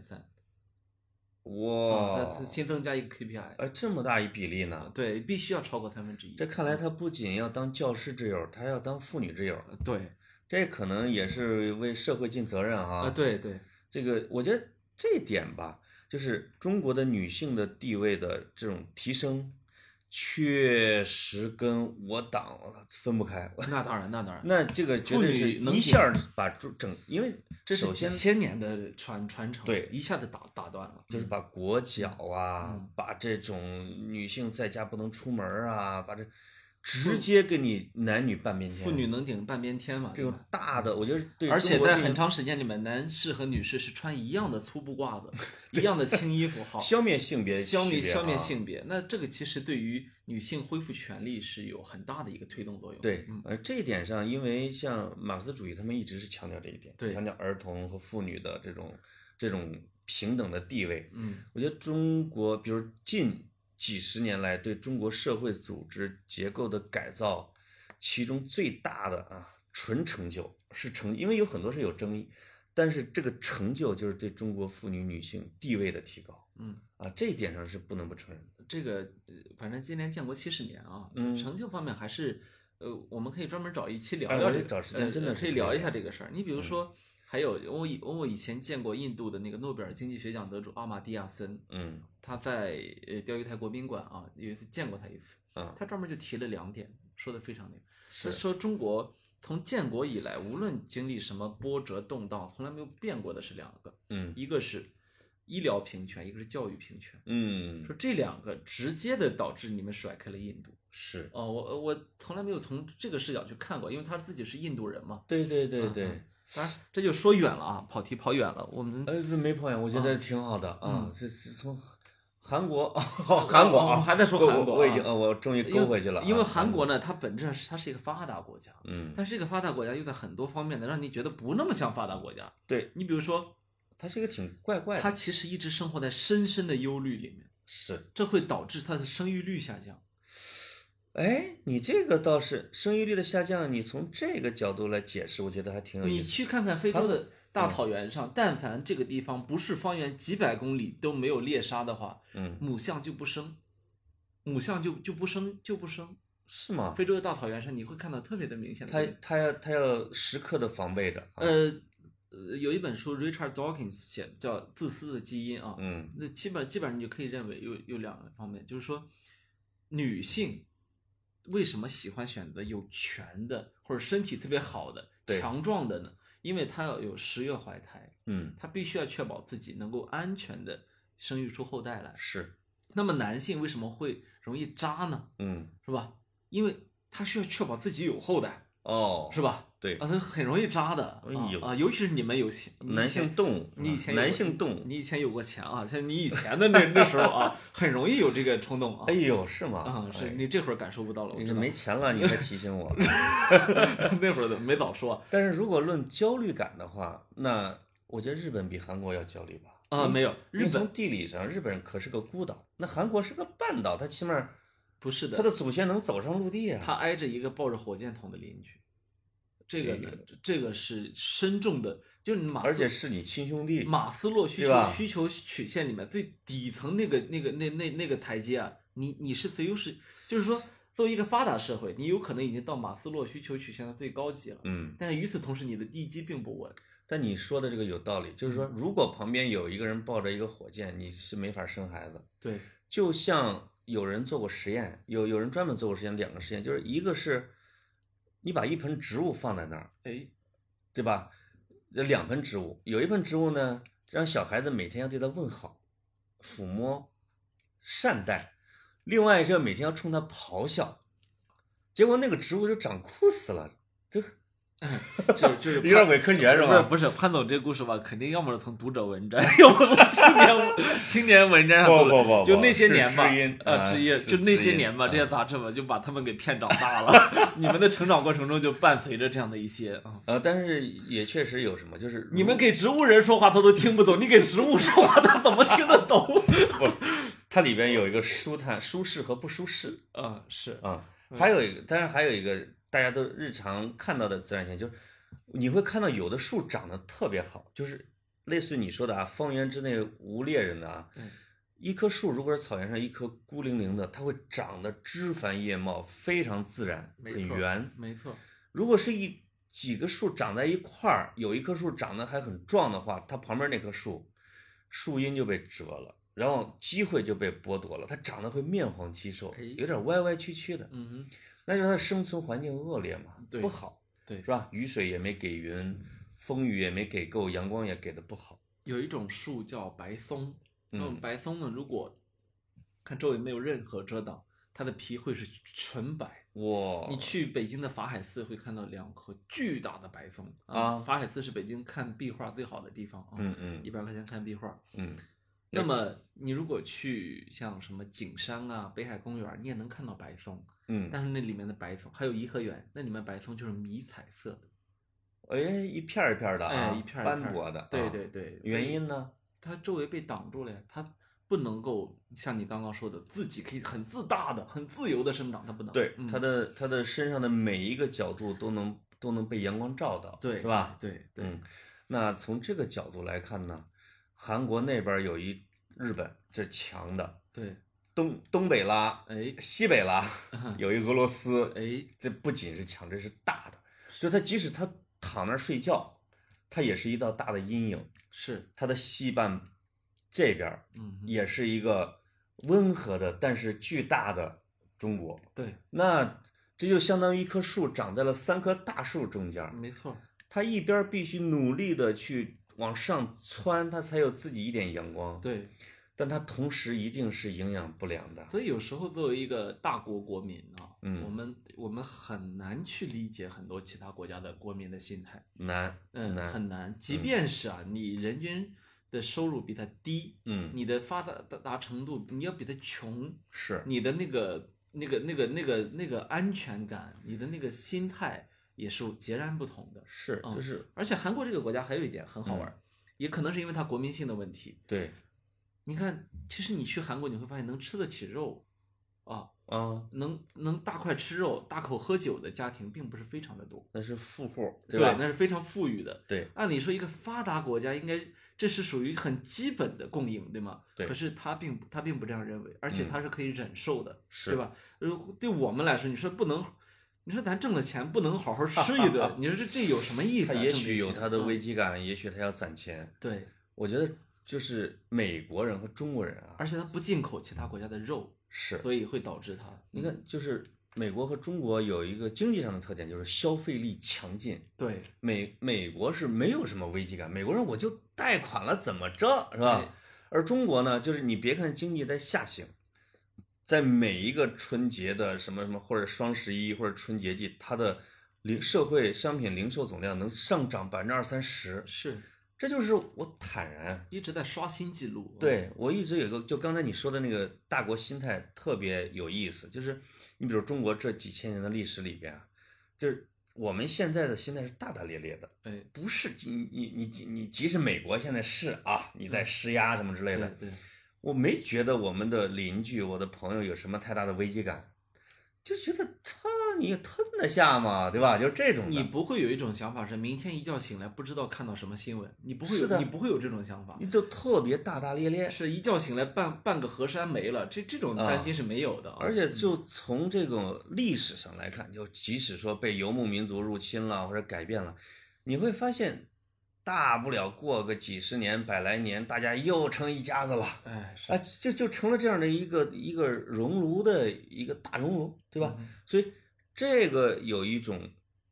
哇， 他新增加一个 KPI， 这么大一比例呢？ 对，必须要超过1/3。 这看来他不仅要当教师之友，他要当妇女之友。 对， 这可能也是为社会尽责任啊。 对， 这个我觉得这一点吧，就是中国的女性的地位的这种提升，确实跟我党分不开。 那当然， 那这个绝对是一下把因为这是几千年的传承， 对， 一下子打断了， 就是把裹脚啊，把这种女性在家不能出门啊，把这直接给你男女半边天， 妇女能顶半边天嘛？ 这种大的，我觉得对。 而且在很长时间里面，男士和女士是穿一样的粗布褂子，一样的轻衣服，好， 消灭性别， 消灭性别。那这个其实对于女性恢复权利是有很大的一个推动作用。 对，这一点上，因为像马克思主义，他们一直是强调这一点，强调儿童和妇女的这种平等的地位。我觉得中国，比如近几十年来对中国社会组织结构的改造，其中最大的纯成就是因为有很多是有争议，但是这个成就就是对中国妇女女性地位的提高。这一点上是不能不承认的。 这个反正今年建国70年啊，成就方面还是我们可以专门找一期聊聊这个， 找时间真的可以聊一下这个事儿。你比如说，还有我以前见过印度的那个诺贝尔经济学奖得主阿马蒂亚森，他在钓鱼台国宾馆啊，有一次见过他一次，他专门就提了2点，说的非常那个，他说中国从建国以来，无论经历什么波折动荡，从来没有变过的是2个，一个是医疗平权，一个是教育平权，说这2个直接的导致你们甩开了印度。 是我从来没有从这个视角去看过，因为他自己是印度人嘛。 对。 当然这就说远了啊，跑远了。我们没跑远，我觉得挺好的啊。这是从韩国， 我们还在说韩国， 我终于勾回去了。 因为韩国呢，它本质上它是一个发达国家，但是这个发达国家又在很多方面呢，让你觉得不那么像发达国家。 对， 你比如说， 它是一个挺怪的， 它其实一直生活在深深的忧虑里面，这会导致它的生育率下降。 你这个倒是生育率的下降，你从这个角度来解释，我觉得还挺有意思。 你去看看非洲的大草原上，但凡这个地方不是方圆几百公里都没有猎杀的话，母象就不生，母象就不生。 是吗？ 非洲的大草原上你会看到特别的明显的。 他要时刻的防备着。 有一本书 Richard Dawkins 写的叫《自私的基因》啊，那基本上你就可以认为有2个方面，就是说女性为什么喜欢选择有权的或者身体特别好的强壮的呢？因为她要有10月怀胎，她必须要确保自己能够安全的生育出后代来。 是。 那么男性为什么会容易渣呢？是吧？因为他需要确保自己有后代。是吧？ 对他很容易渣的尤其是你们有钱， 男性动物， 你以前男性动物， 你以前有过钱啊，像你以前的那时候啊，很容易有这个冲动啊。 是吗？ 是你这会儿感受不到了， 你没钱了，你还提醒我， 那会儿没早说。 但是如果论焦虑感的话，那我觉得日本比韩国要焦虑吧？ 没有，日本从地理上，日本可是个孤岛，那韩国是个半岛，它起码不是的， 他的祖先能走上陆地啊。 他挨着一个抱着火箭筒的邻居，这个是深重的，就是而且是你亲兄弟。 马斯洛需求曲线里面最底层那个台阶啊，你是就是说，作为一个发达社会，你有可能已经到马斯洛需求曲线的最高级了。但是与此同时，你的地基并不稳。 但你说的这个有道理，就是说，如果旁边有一个人抱着一个火箭，你是没法生孩子。 对， 就像有人做过实验，有人专门做过实验，2个实验，就是一个是你把一盆植物放在那儿， 哎， 对吧？这2盆植物，有一盆植物呢，让小孩子每天要对它问好、抚摸、善待，另外一个每天要冲它咆哮，结果那个植物就长枯死了， 就是有点伪科学是吧？ 不是潘总这故事吧，肯定要么是从读者文摘，要么青年文摘上读的。 不， 就那些年吧， 知音， 就那些年吧，这些杂志嘛，就把他们给骗长大了。你们的成长过程中就伴随着这样的一些但是也确实有什么，就是你们给植物人说话他都听不懂，你给植物说话他怎么听得懂？ 不，它里边有一个舒适和不舒适是还有一个，当然还有一个大家都日常看到的自然现象，就是你会看到有的树长得特别好，就是类似于你说的方圆之内无猎人的一棵树如果是草原上一棵孤零零的，它会长得枝繁叶茂，非常自然，很圆。 没错。 如果是几个树长在一块儿，有一棵树长得还很壮的话，它旁边那棵树荫就被折了。然后机会就被剥夺了，它长得会面黄肌瘦，有点歪歪曲曲的，那就是它的生存环境恶劣嘛，不好， 对， 是吧？雨水也没给匀，风雨也没给够，阳光也给的不好。 有一种树叫白松，白松呢，如果看周围没有任何遮挡，它的皮会是纯白。 哇！ 你去北京的法海寺会看到2棵巨大的白松法海寺是北京看壁画最好的地方100块钱看壁画，那么你如果去像什么景山啊、北海公园，你也能看到白松，但是那里面的白松，还有颐和园，那里面白松就是迷彩色的， 一片一片的一片斑驳的， 对， 原因呢？ 它周围被挡住了呀，它不能够像你刚刚说的，自己可以很自大的、很自由的生长，它不能。 对，它的身上的每一个角度都能被阳光照到， 对， 是吧？ 对， 那从这个角度来看呢？韩国那边有日本，这是强的。 对， 东北拉，西北拉，有一俄罗斯，这不仅是强，这是大的。就他即使他躺那儿睡觉，他也是一道大的阴影。 是他的西半这边，也是一个温和的但是巨大的中国。 对， 那这就相当于一棵树长在了3棵大树中间。 没错， 它一边必须努力的去往上窜，它才有自己一点阳光。 对， 但它同时一定是营养不良的。 所以有时候作为一个大国国民我们很难去理解很多其他国家的国民的心态，很难。即便是你人均的收入比他低，你的发达程度你要比他穷， 是你的那个安全感，你的那个心态也是截然不同的。 是，就是， 而且韩国这个国家还有一点很好玩，也可能是因为它国民性的问题。 对， 你看，其实你去韩国你会发现，能吃得起肉，能大块吃肉、大口喝酒的家庭并不是非常的多。 那是富户， 对吧？ 那是非常富裕的。 对， 按理说一个发达国家应该这是属于很基本的供应，对吗？ 对。 可是他并不这样认为，而且他是可以忍受的， 对吧？对我们来说，你说不能。你说咱挣了钱不能好好吃一顿，你说这有什么意思？ 他也许有他的危机感，也许他要攒钱。 对， 我觉得就是美国人和中国人而且他不进口其他国家的肉，所以会导致他。 你看，就是美国和中国有一个经济上的特点，就是消费力强劲。 对， 美国是没有什么危机感，美国人我就贷款了怎么着，是吧？而中国呢，就是你别看经济在下行。在每一个春节的什么或者双11或者春节季，它的社会商品零售总量能上涨20-30%， 是， 这就是我坦然一直在刷新记录。 对，我一直有个，就刚才你说的那个大国心态特别有意思，就是你比如中国这几千年的历史里边，就是我们现在的心态是大大咧咧的，不是你即使美国现在是你在施压什么之类的， 对。 我没觉得我们的邻居、我的朋友有什么太大的危机感，就觉得你也吞得下嘛，对吧？就这种的。 你不会有一种想法是明天一觉醒来不知道看到什么新闻，你不会有这种想法， 你就特别大大咧咧， 是一觉醒来半个河山没了，这种担心是没有的。 而且就从这个历史上来看，就即使说被游牧民族入侵了或者改变了，你会发现。大不了过个几十年、100来年，大家又成一家子了。就成了这样的一个熔炉的一个大熔炉，对吧？所以这个有一种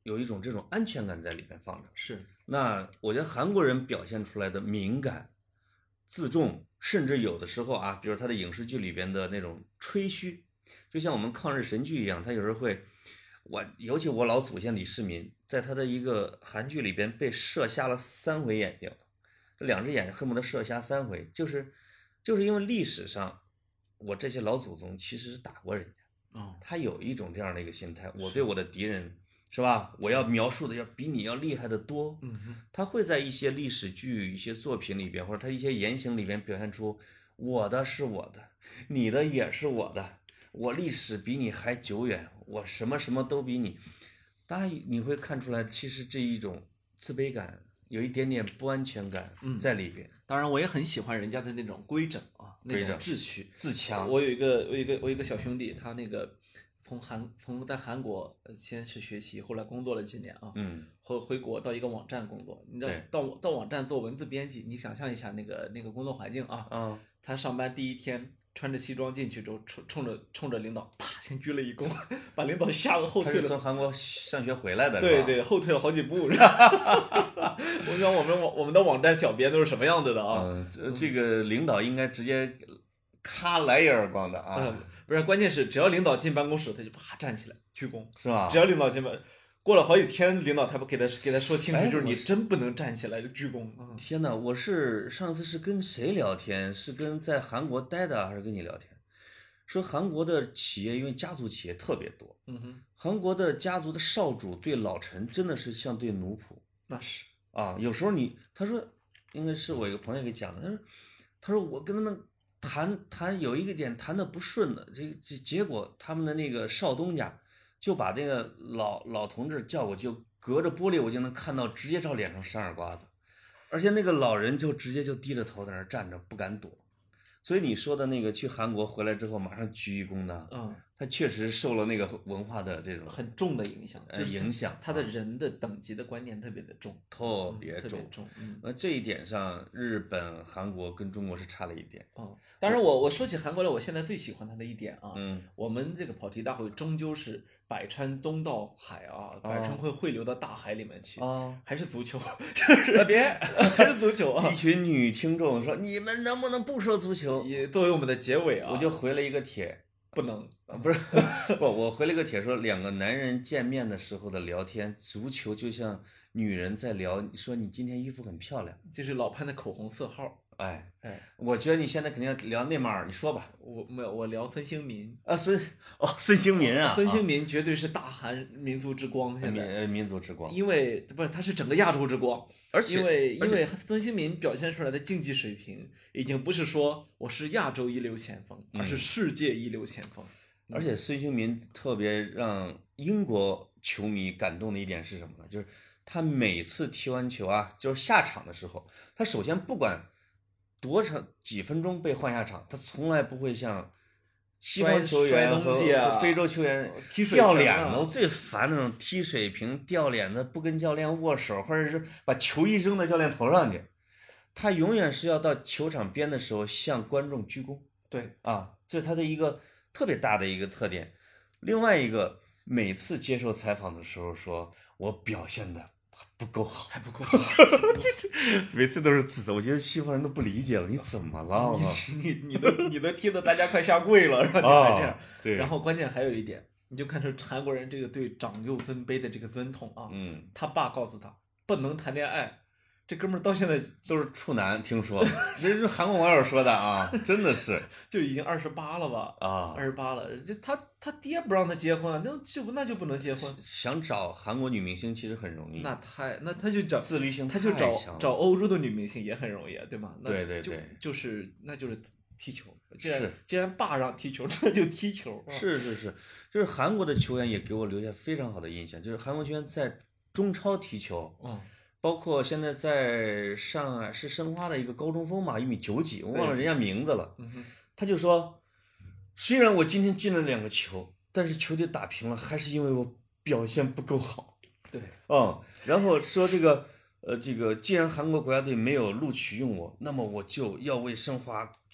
有一种这种安全感在里面放着。 是， 那我觉得韩国人表现出来的敏感、自重，甚至有的时候啊，比如他的影视剧里边的那种吹嘘，就像我们抗日神剧一样，他有时候会，尤其我老祖先李世民，在他的一个韩剧里边被射瞎了3回眼睛，这2只眼恨不得射瞎3回，就是因为历史上我这些老祖宗其实是打过人家，他有一种这样的一个心态，我对我的敌人是吧，我要描述的要比你要厉害的多，他会在一些历史剧、一些作品里边，或者他一些言行里边表现出我的是我的，你的也是我的，我历史比你还久远，我什么什么都比你。当然你会看出来，其实这一种自卑感，有一点点不安全感在里边。 当然我也很喜欢人家的那种规整啊，那种秩序自强。 我有一个小兄弟，他那个从在韩国先是学习，后来工作了几年啊，回国到一个网站工作，你知道到网站做文字编辑，你想象一下那个工作环境啊，他上班第一天穿着西装进去之后，冲着领导啪先鞠了一躬，把领导吓得后退了。 他是从韩国上学回来的， 对，后退了好几步。我想我们的网站小编都是什么样子的啊？ 这个领导应该直接咔来一耳光的啊！ 不是，关键是只要领导进办公室，他就啪站起来鞠躬， 是吧？ 只要领导进办，过了好几天，领导他不给他说清楚，就是你真不能站起来就鞠躬。 天哪！我是上次是跟谁聊天？是跟在韩国待的，还是跟你聊天？说韩国的企业，因为家族企业特别多，韩国的家族的少主对老臣真的是像对奴仆。 那是啊，有时候他说，应该是我一个朋友给讲的，他说我跟他们谈有一个点谈的不顺的，结果他们的那个少东家就把这个老同志叫过去，就隔着玻璃我就能看到，直接照脸上扇耳刮子，而且那个老人就直接就低着头在那儿站着不敢躲。所以你说的那个去韩国回来之后马上鞠一躬的，他确实受了那个文化的这种很重的影响，他的人的等级的观念特别的重， 特别重。那这一点上，日本、韩国跟中国是差了一点。 当然我说起韩国来，我现在最喜欢他的一点啊，我们这个跑题大会终究是百川东到海啊，百川会汇流到大海里面去还是足球，还是足球啊！ 一群女听众说：“你们能不能不说足球？” 也作为我们的结尾啊， 我就回了一个帖。 不能不是我回了个帖说2个男人见面的时候的聊天，足球就像女人在聊，说你今天衣服很漂亮， 就是老潘的口红色号。 我觉得你现在肯定要聊内马尔，你说吧。 我聊孙兴民啊，孙兴民啊， 孙兴民绝对是大韩民族之光，现在民族之光， 因为不是他是整个亚洲之光，而且因为孙兴民表现出来的竞技水平，已经不是说我是亚洲一流前锋，而是世界一流前锋。 而且孙兴民特别让英国球迷感动的一点是什么呢？就是他每次踢完球啊，就是下场的时候，他首先不管多长几分钟被换下场，他从来不会像西方球员和非洲球员掉脸子，我最烦那种踢水平掉脸子，不跟教练握手，或者是把球衣扔到教练头上去。他永远是要到球场边的时候向观众鞠躬。 对啊，这是他的一个特别大的一个特点。另外一个，每次接受采访的时候说我表现的不够好， 还不够好， 每次都是自责。我觉得西方人都不理解了，你怎么了？ 你都踢得大家快下跪了，然后你还这样。 对。 然后关键还有一点，你就看出韩国人这个对长幼尊卑的这个尊崇啊。他爸告诉他不能谈恋爱，这哥们儿到现在都是处男，听说这是韩国网友说的啊，真的是就已经28了吧？28了，就他爹不让他结婚，那就不能结婚。 想找韩国女明星其实很容易， 那他就找自律性太强，他就找欧洲的女明星也很容易，对吗？ 对， 就是踢球。既然爸让踢球，那就踢球。 是，就是韩国的球员也给我留下非常好的印象，就是韩国球员在中超踢球，包括现在在上海是申花的一个高中锋嘛，1.9米几，我忘了人家名字了。他就说，虽然我今天进了2个球，但是球队打平了，还是因为我表现不够好。 对， 然后说这个既然韩国国家队没有录取用我，那么我就要为申花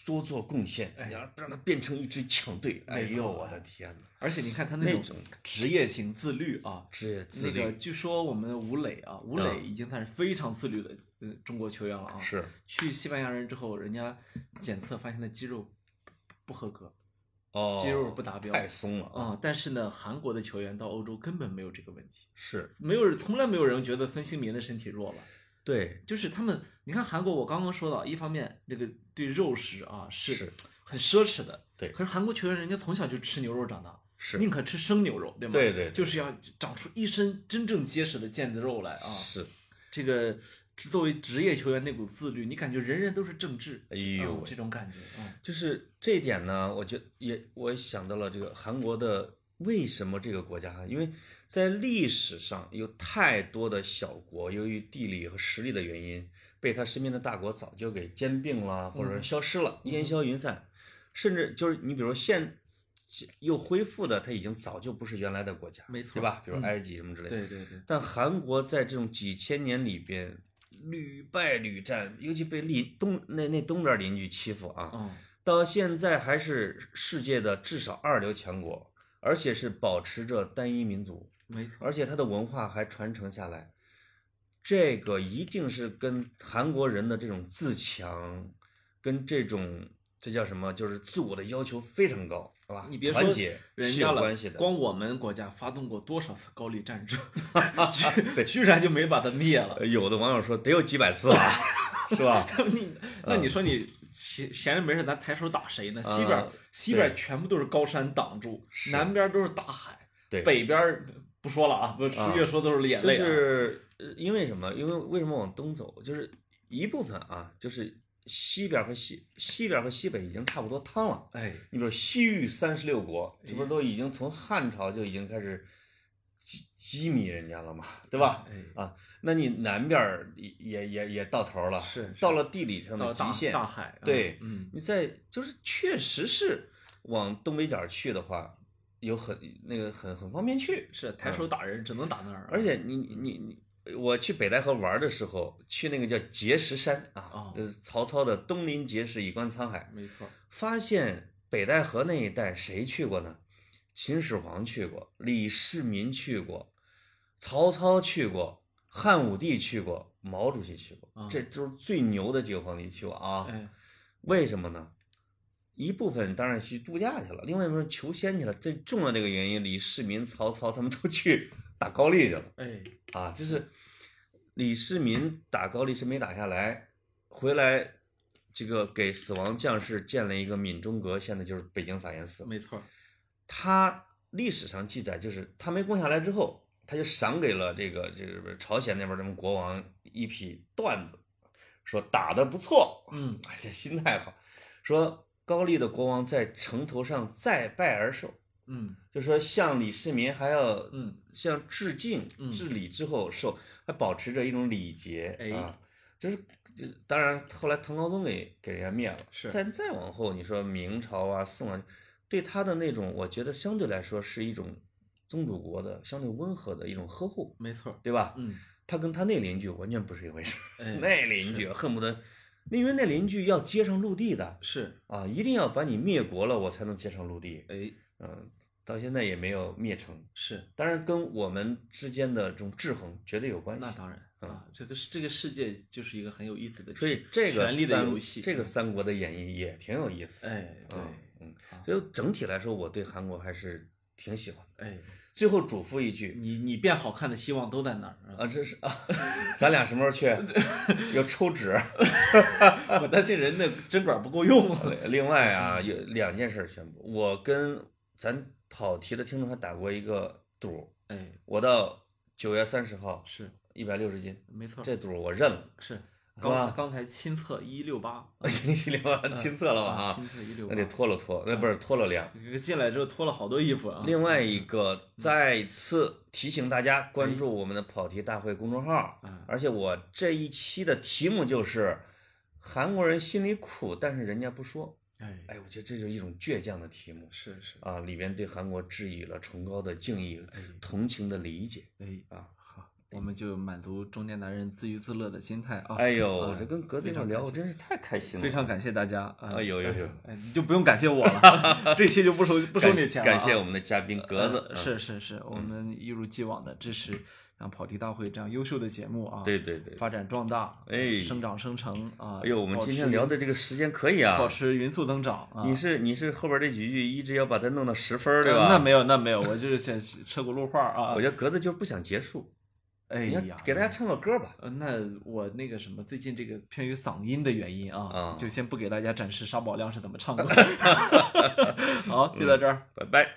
多做贡献，你要让他变成一支强队。哎呦，我的天哪！ 而且你看他那种职业型自律啊， 职业自律。 那个据说我们吴磊啊，吴磊已经算是非常自律的中国球员了啊。 是。 去西班牙人之后，人家检测发现的肌肉不合格。 肌肉不达标， 太松了但是呢，韩国的球员到欧洲根本没有这个问题， 是从来没有人觉得孙兴民的身体弱了。 对， 就是他们，你看韩国，我刚刚说到，一方面这个对肉食啊是很奢侈的， 对。 可是韩国球员人家从小就吃牛肉长大， 是宁可吃生牛肉，对吗？ 对， 就是要长出一身真正结实的腱子肉来啊！ 是这个。作为职业球员那股自律，你感觉人人都是正直， 哎呦， 这种感觉， 就是这一点呢，我也想到了这个韩国的为什么这个国家，因为在历史上有太多的小国，由于地理和实力的原因，被他身边的大国早就给兼并了，或者消失了，烟消云散，甚至就是你比如又恢复的，他已经早就不是原来的国家， 没错， 对吧？比如埃及什么之类的， 对。 但韩国在这种几千年里边。屡败屡战，尤其被东边邻居欺负啊，到现在还是世界的至少2流强国，而且是保持着单一民族， 没错， 而且它的文化还传承下来，这个一定是跟韩国人的这种自强，跟这叫什么，就是自我的要求非常高，是吧？ 你别说人家了，光我们国家发动过多少次高丽战争，居然就没把它灭了。 有的网友说得有几百次吧，是吧？ 那你说你闲着没事，咱抬手打谁呢？西边全部都是高山挡住，南边都是大海，北边不说了啊，越说都是眼泪。 就是因为什么？因为为什么往东走？就是一部分啊，就是西边和西北已经差不多汤了。 哎， 你比如西域36国，这不是都已经从汉朝就已经开始击靡人家了嘛，对吧？那你南边也到头了， 是到了地理上的极限， 大海。 对，你就是确实是往东北角去的话，有很方便去， 是抬手打人只能打那儿。 而且我去北戴河玩的时候，去那个叫碣石山啊，就是曹操的东临碣石，以观沧海。 没错， 发现北戴河那一带谁去过呢？秦始皇去过，李世民去过，曹操去过，汉武帝去过，毛主席去过，这都是最牛的几个皇帝去过啊。为什么呢？一部分当然去度假去了，另外一部分求仙去了。最重要的这个原因，李世民、曹操他们都去打高丽去了。就是李世民打高丽是没打下来，回来这个给死亡将士建了一个闽中阁，现在就是北京法源寺。 没错， 他历史上记载就是他没攻下来之后，他就赏给了这个朝鲜那边的国王一匹缎子，说打得不错，这心态好，说高丽的国王在城头上再拜而受。就说向李世民还要向致敬致礼之后受，还保持着一种礼节啊。当然后来唐高宗给人家灭了。 是。 再往后，你说明朝啊、宋啊，对他的那种，我觉得相对来说是一种宗主国的相对温和的一种呵护。 没错， 对吧？他跟他那邻居完全不是一回事。那邻居恨不得。因为那邻居要接上陆地的， 是啊，一定要把你灭国了，我才能接上陆地。到现在也没有灭成。 是， 当然跟我们之间的这种制衡绝对有关系。 那当然啊，这个世界就是一个很有意思的， 所以这个权力的游戏， 这个三国的演绎也挺有意思。 对， 所以整体来说，我对韩国还是挺喜欢的。 最后嘱咐一句， 你变好看的希望都在那儿啊！这是啊，咱俩什么时候去？要抽纸， 我担心人的针管不够用。 另外啊，有2件事宣布，我跟咱跑题的听众还打过一个赌，我到9月30号是 160斤， 没错， 这赌我认了， 是刚才亲测168，168 亲测了吧啊？ 亲测168， 那得脱了脱，那不是脱了量。 进来之后脱了好多衣服啊。 另外一个，再次提醒大家关注我们的跑题大会公众号，而且我这一期的题目就是韩国人心里苦，但是人家不说。我觉得这就是一种倔强的题目。 是啊，里边对韩国致以了崇高的敬意、同情的理解。 好。 我们就满足中年男人自娱自乐的心态啊。 哎呦，这跟格子上聊，我真是太开心了。 非常感谢大家。 哎呦， 你就不用感谢我了，这期就不收你钱了。 感谢我们的嘉宾格子。 是，我们一如既往的支持像跑题大会这样优秀的节目啊。 对， 发展壮大，生长生成啊。 哎呦，我们今天聊的这个时间可以啊， 保持匀速增长啊。 你是后边这几句一直要把它弄到10分，对吧？ 那没有，我就是想车轱辘话啊。 我觉得格子就不想结束。 哎呀， 给大家唱个歌吧。 那我那个什么，最近这个偏于嗓音的原因啊，就先不给大家展示沙宝亮是怎么唱的。好，就到这儿， 拜拜。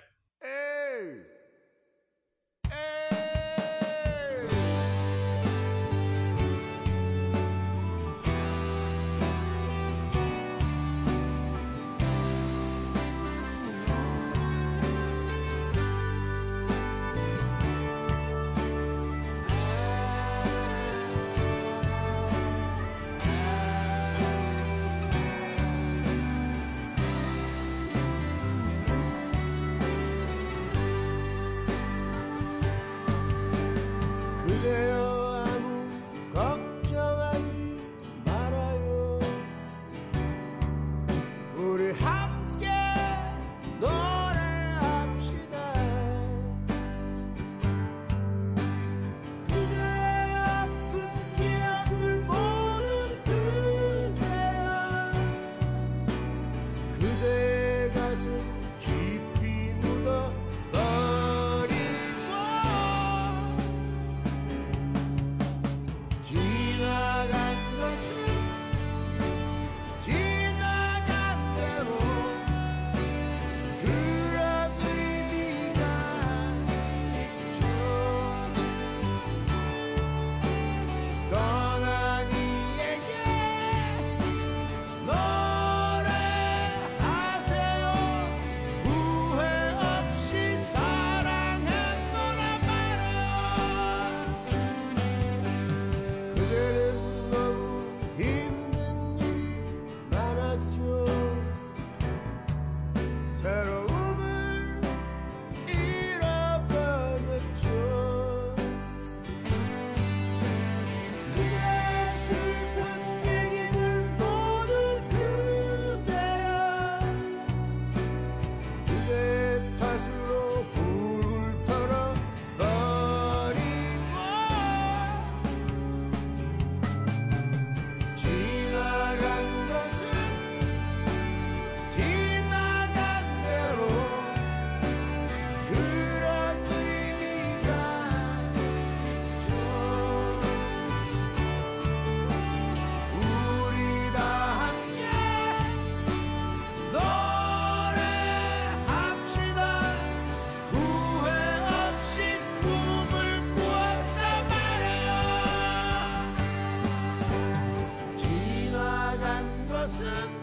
person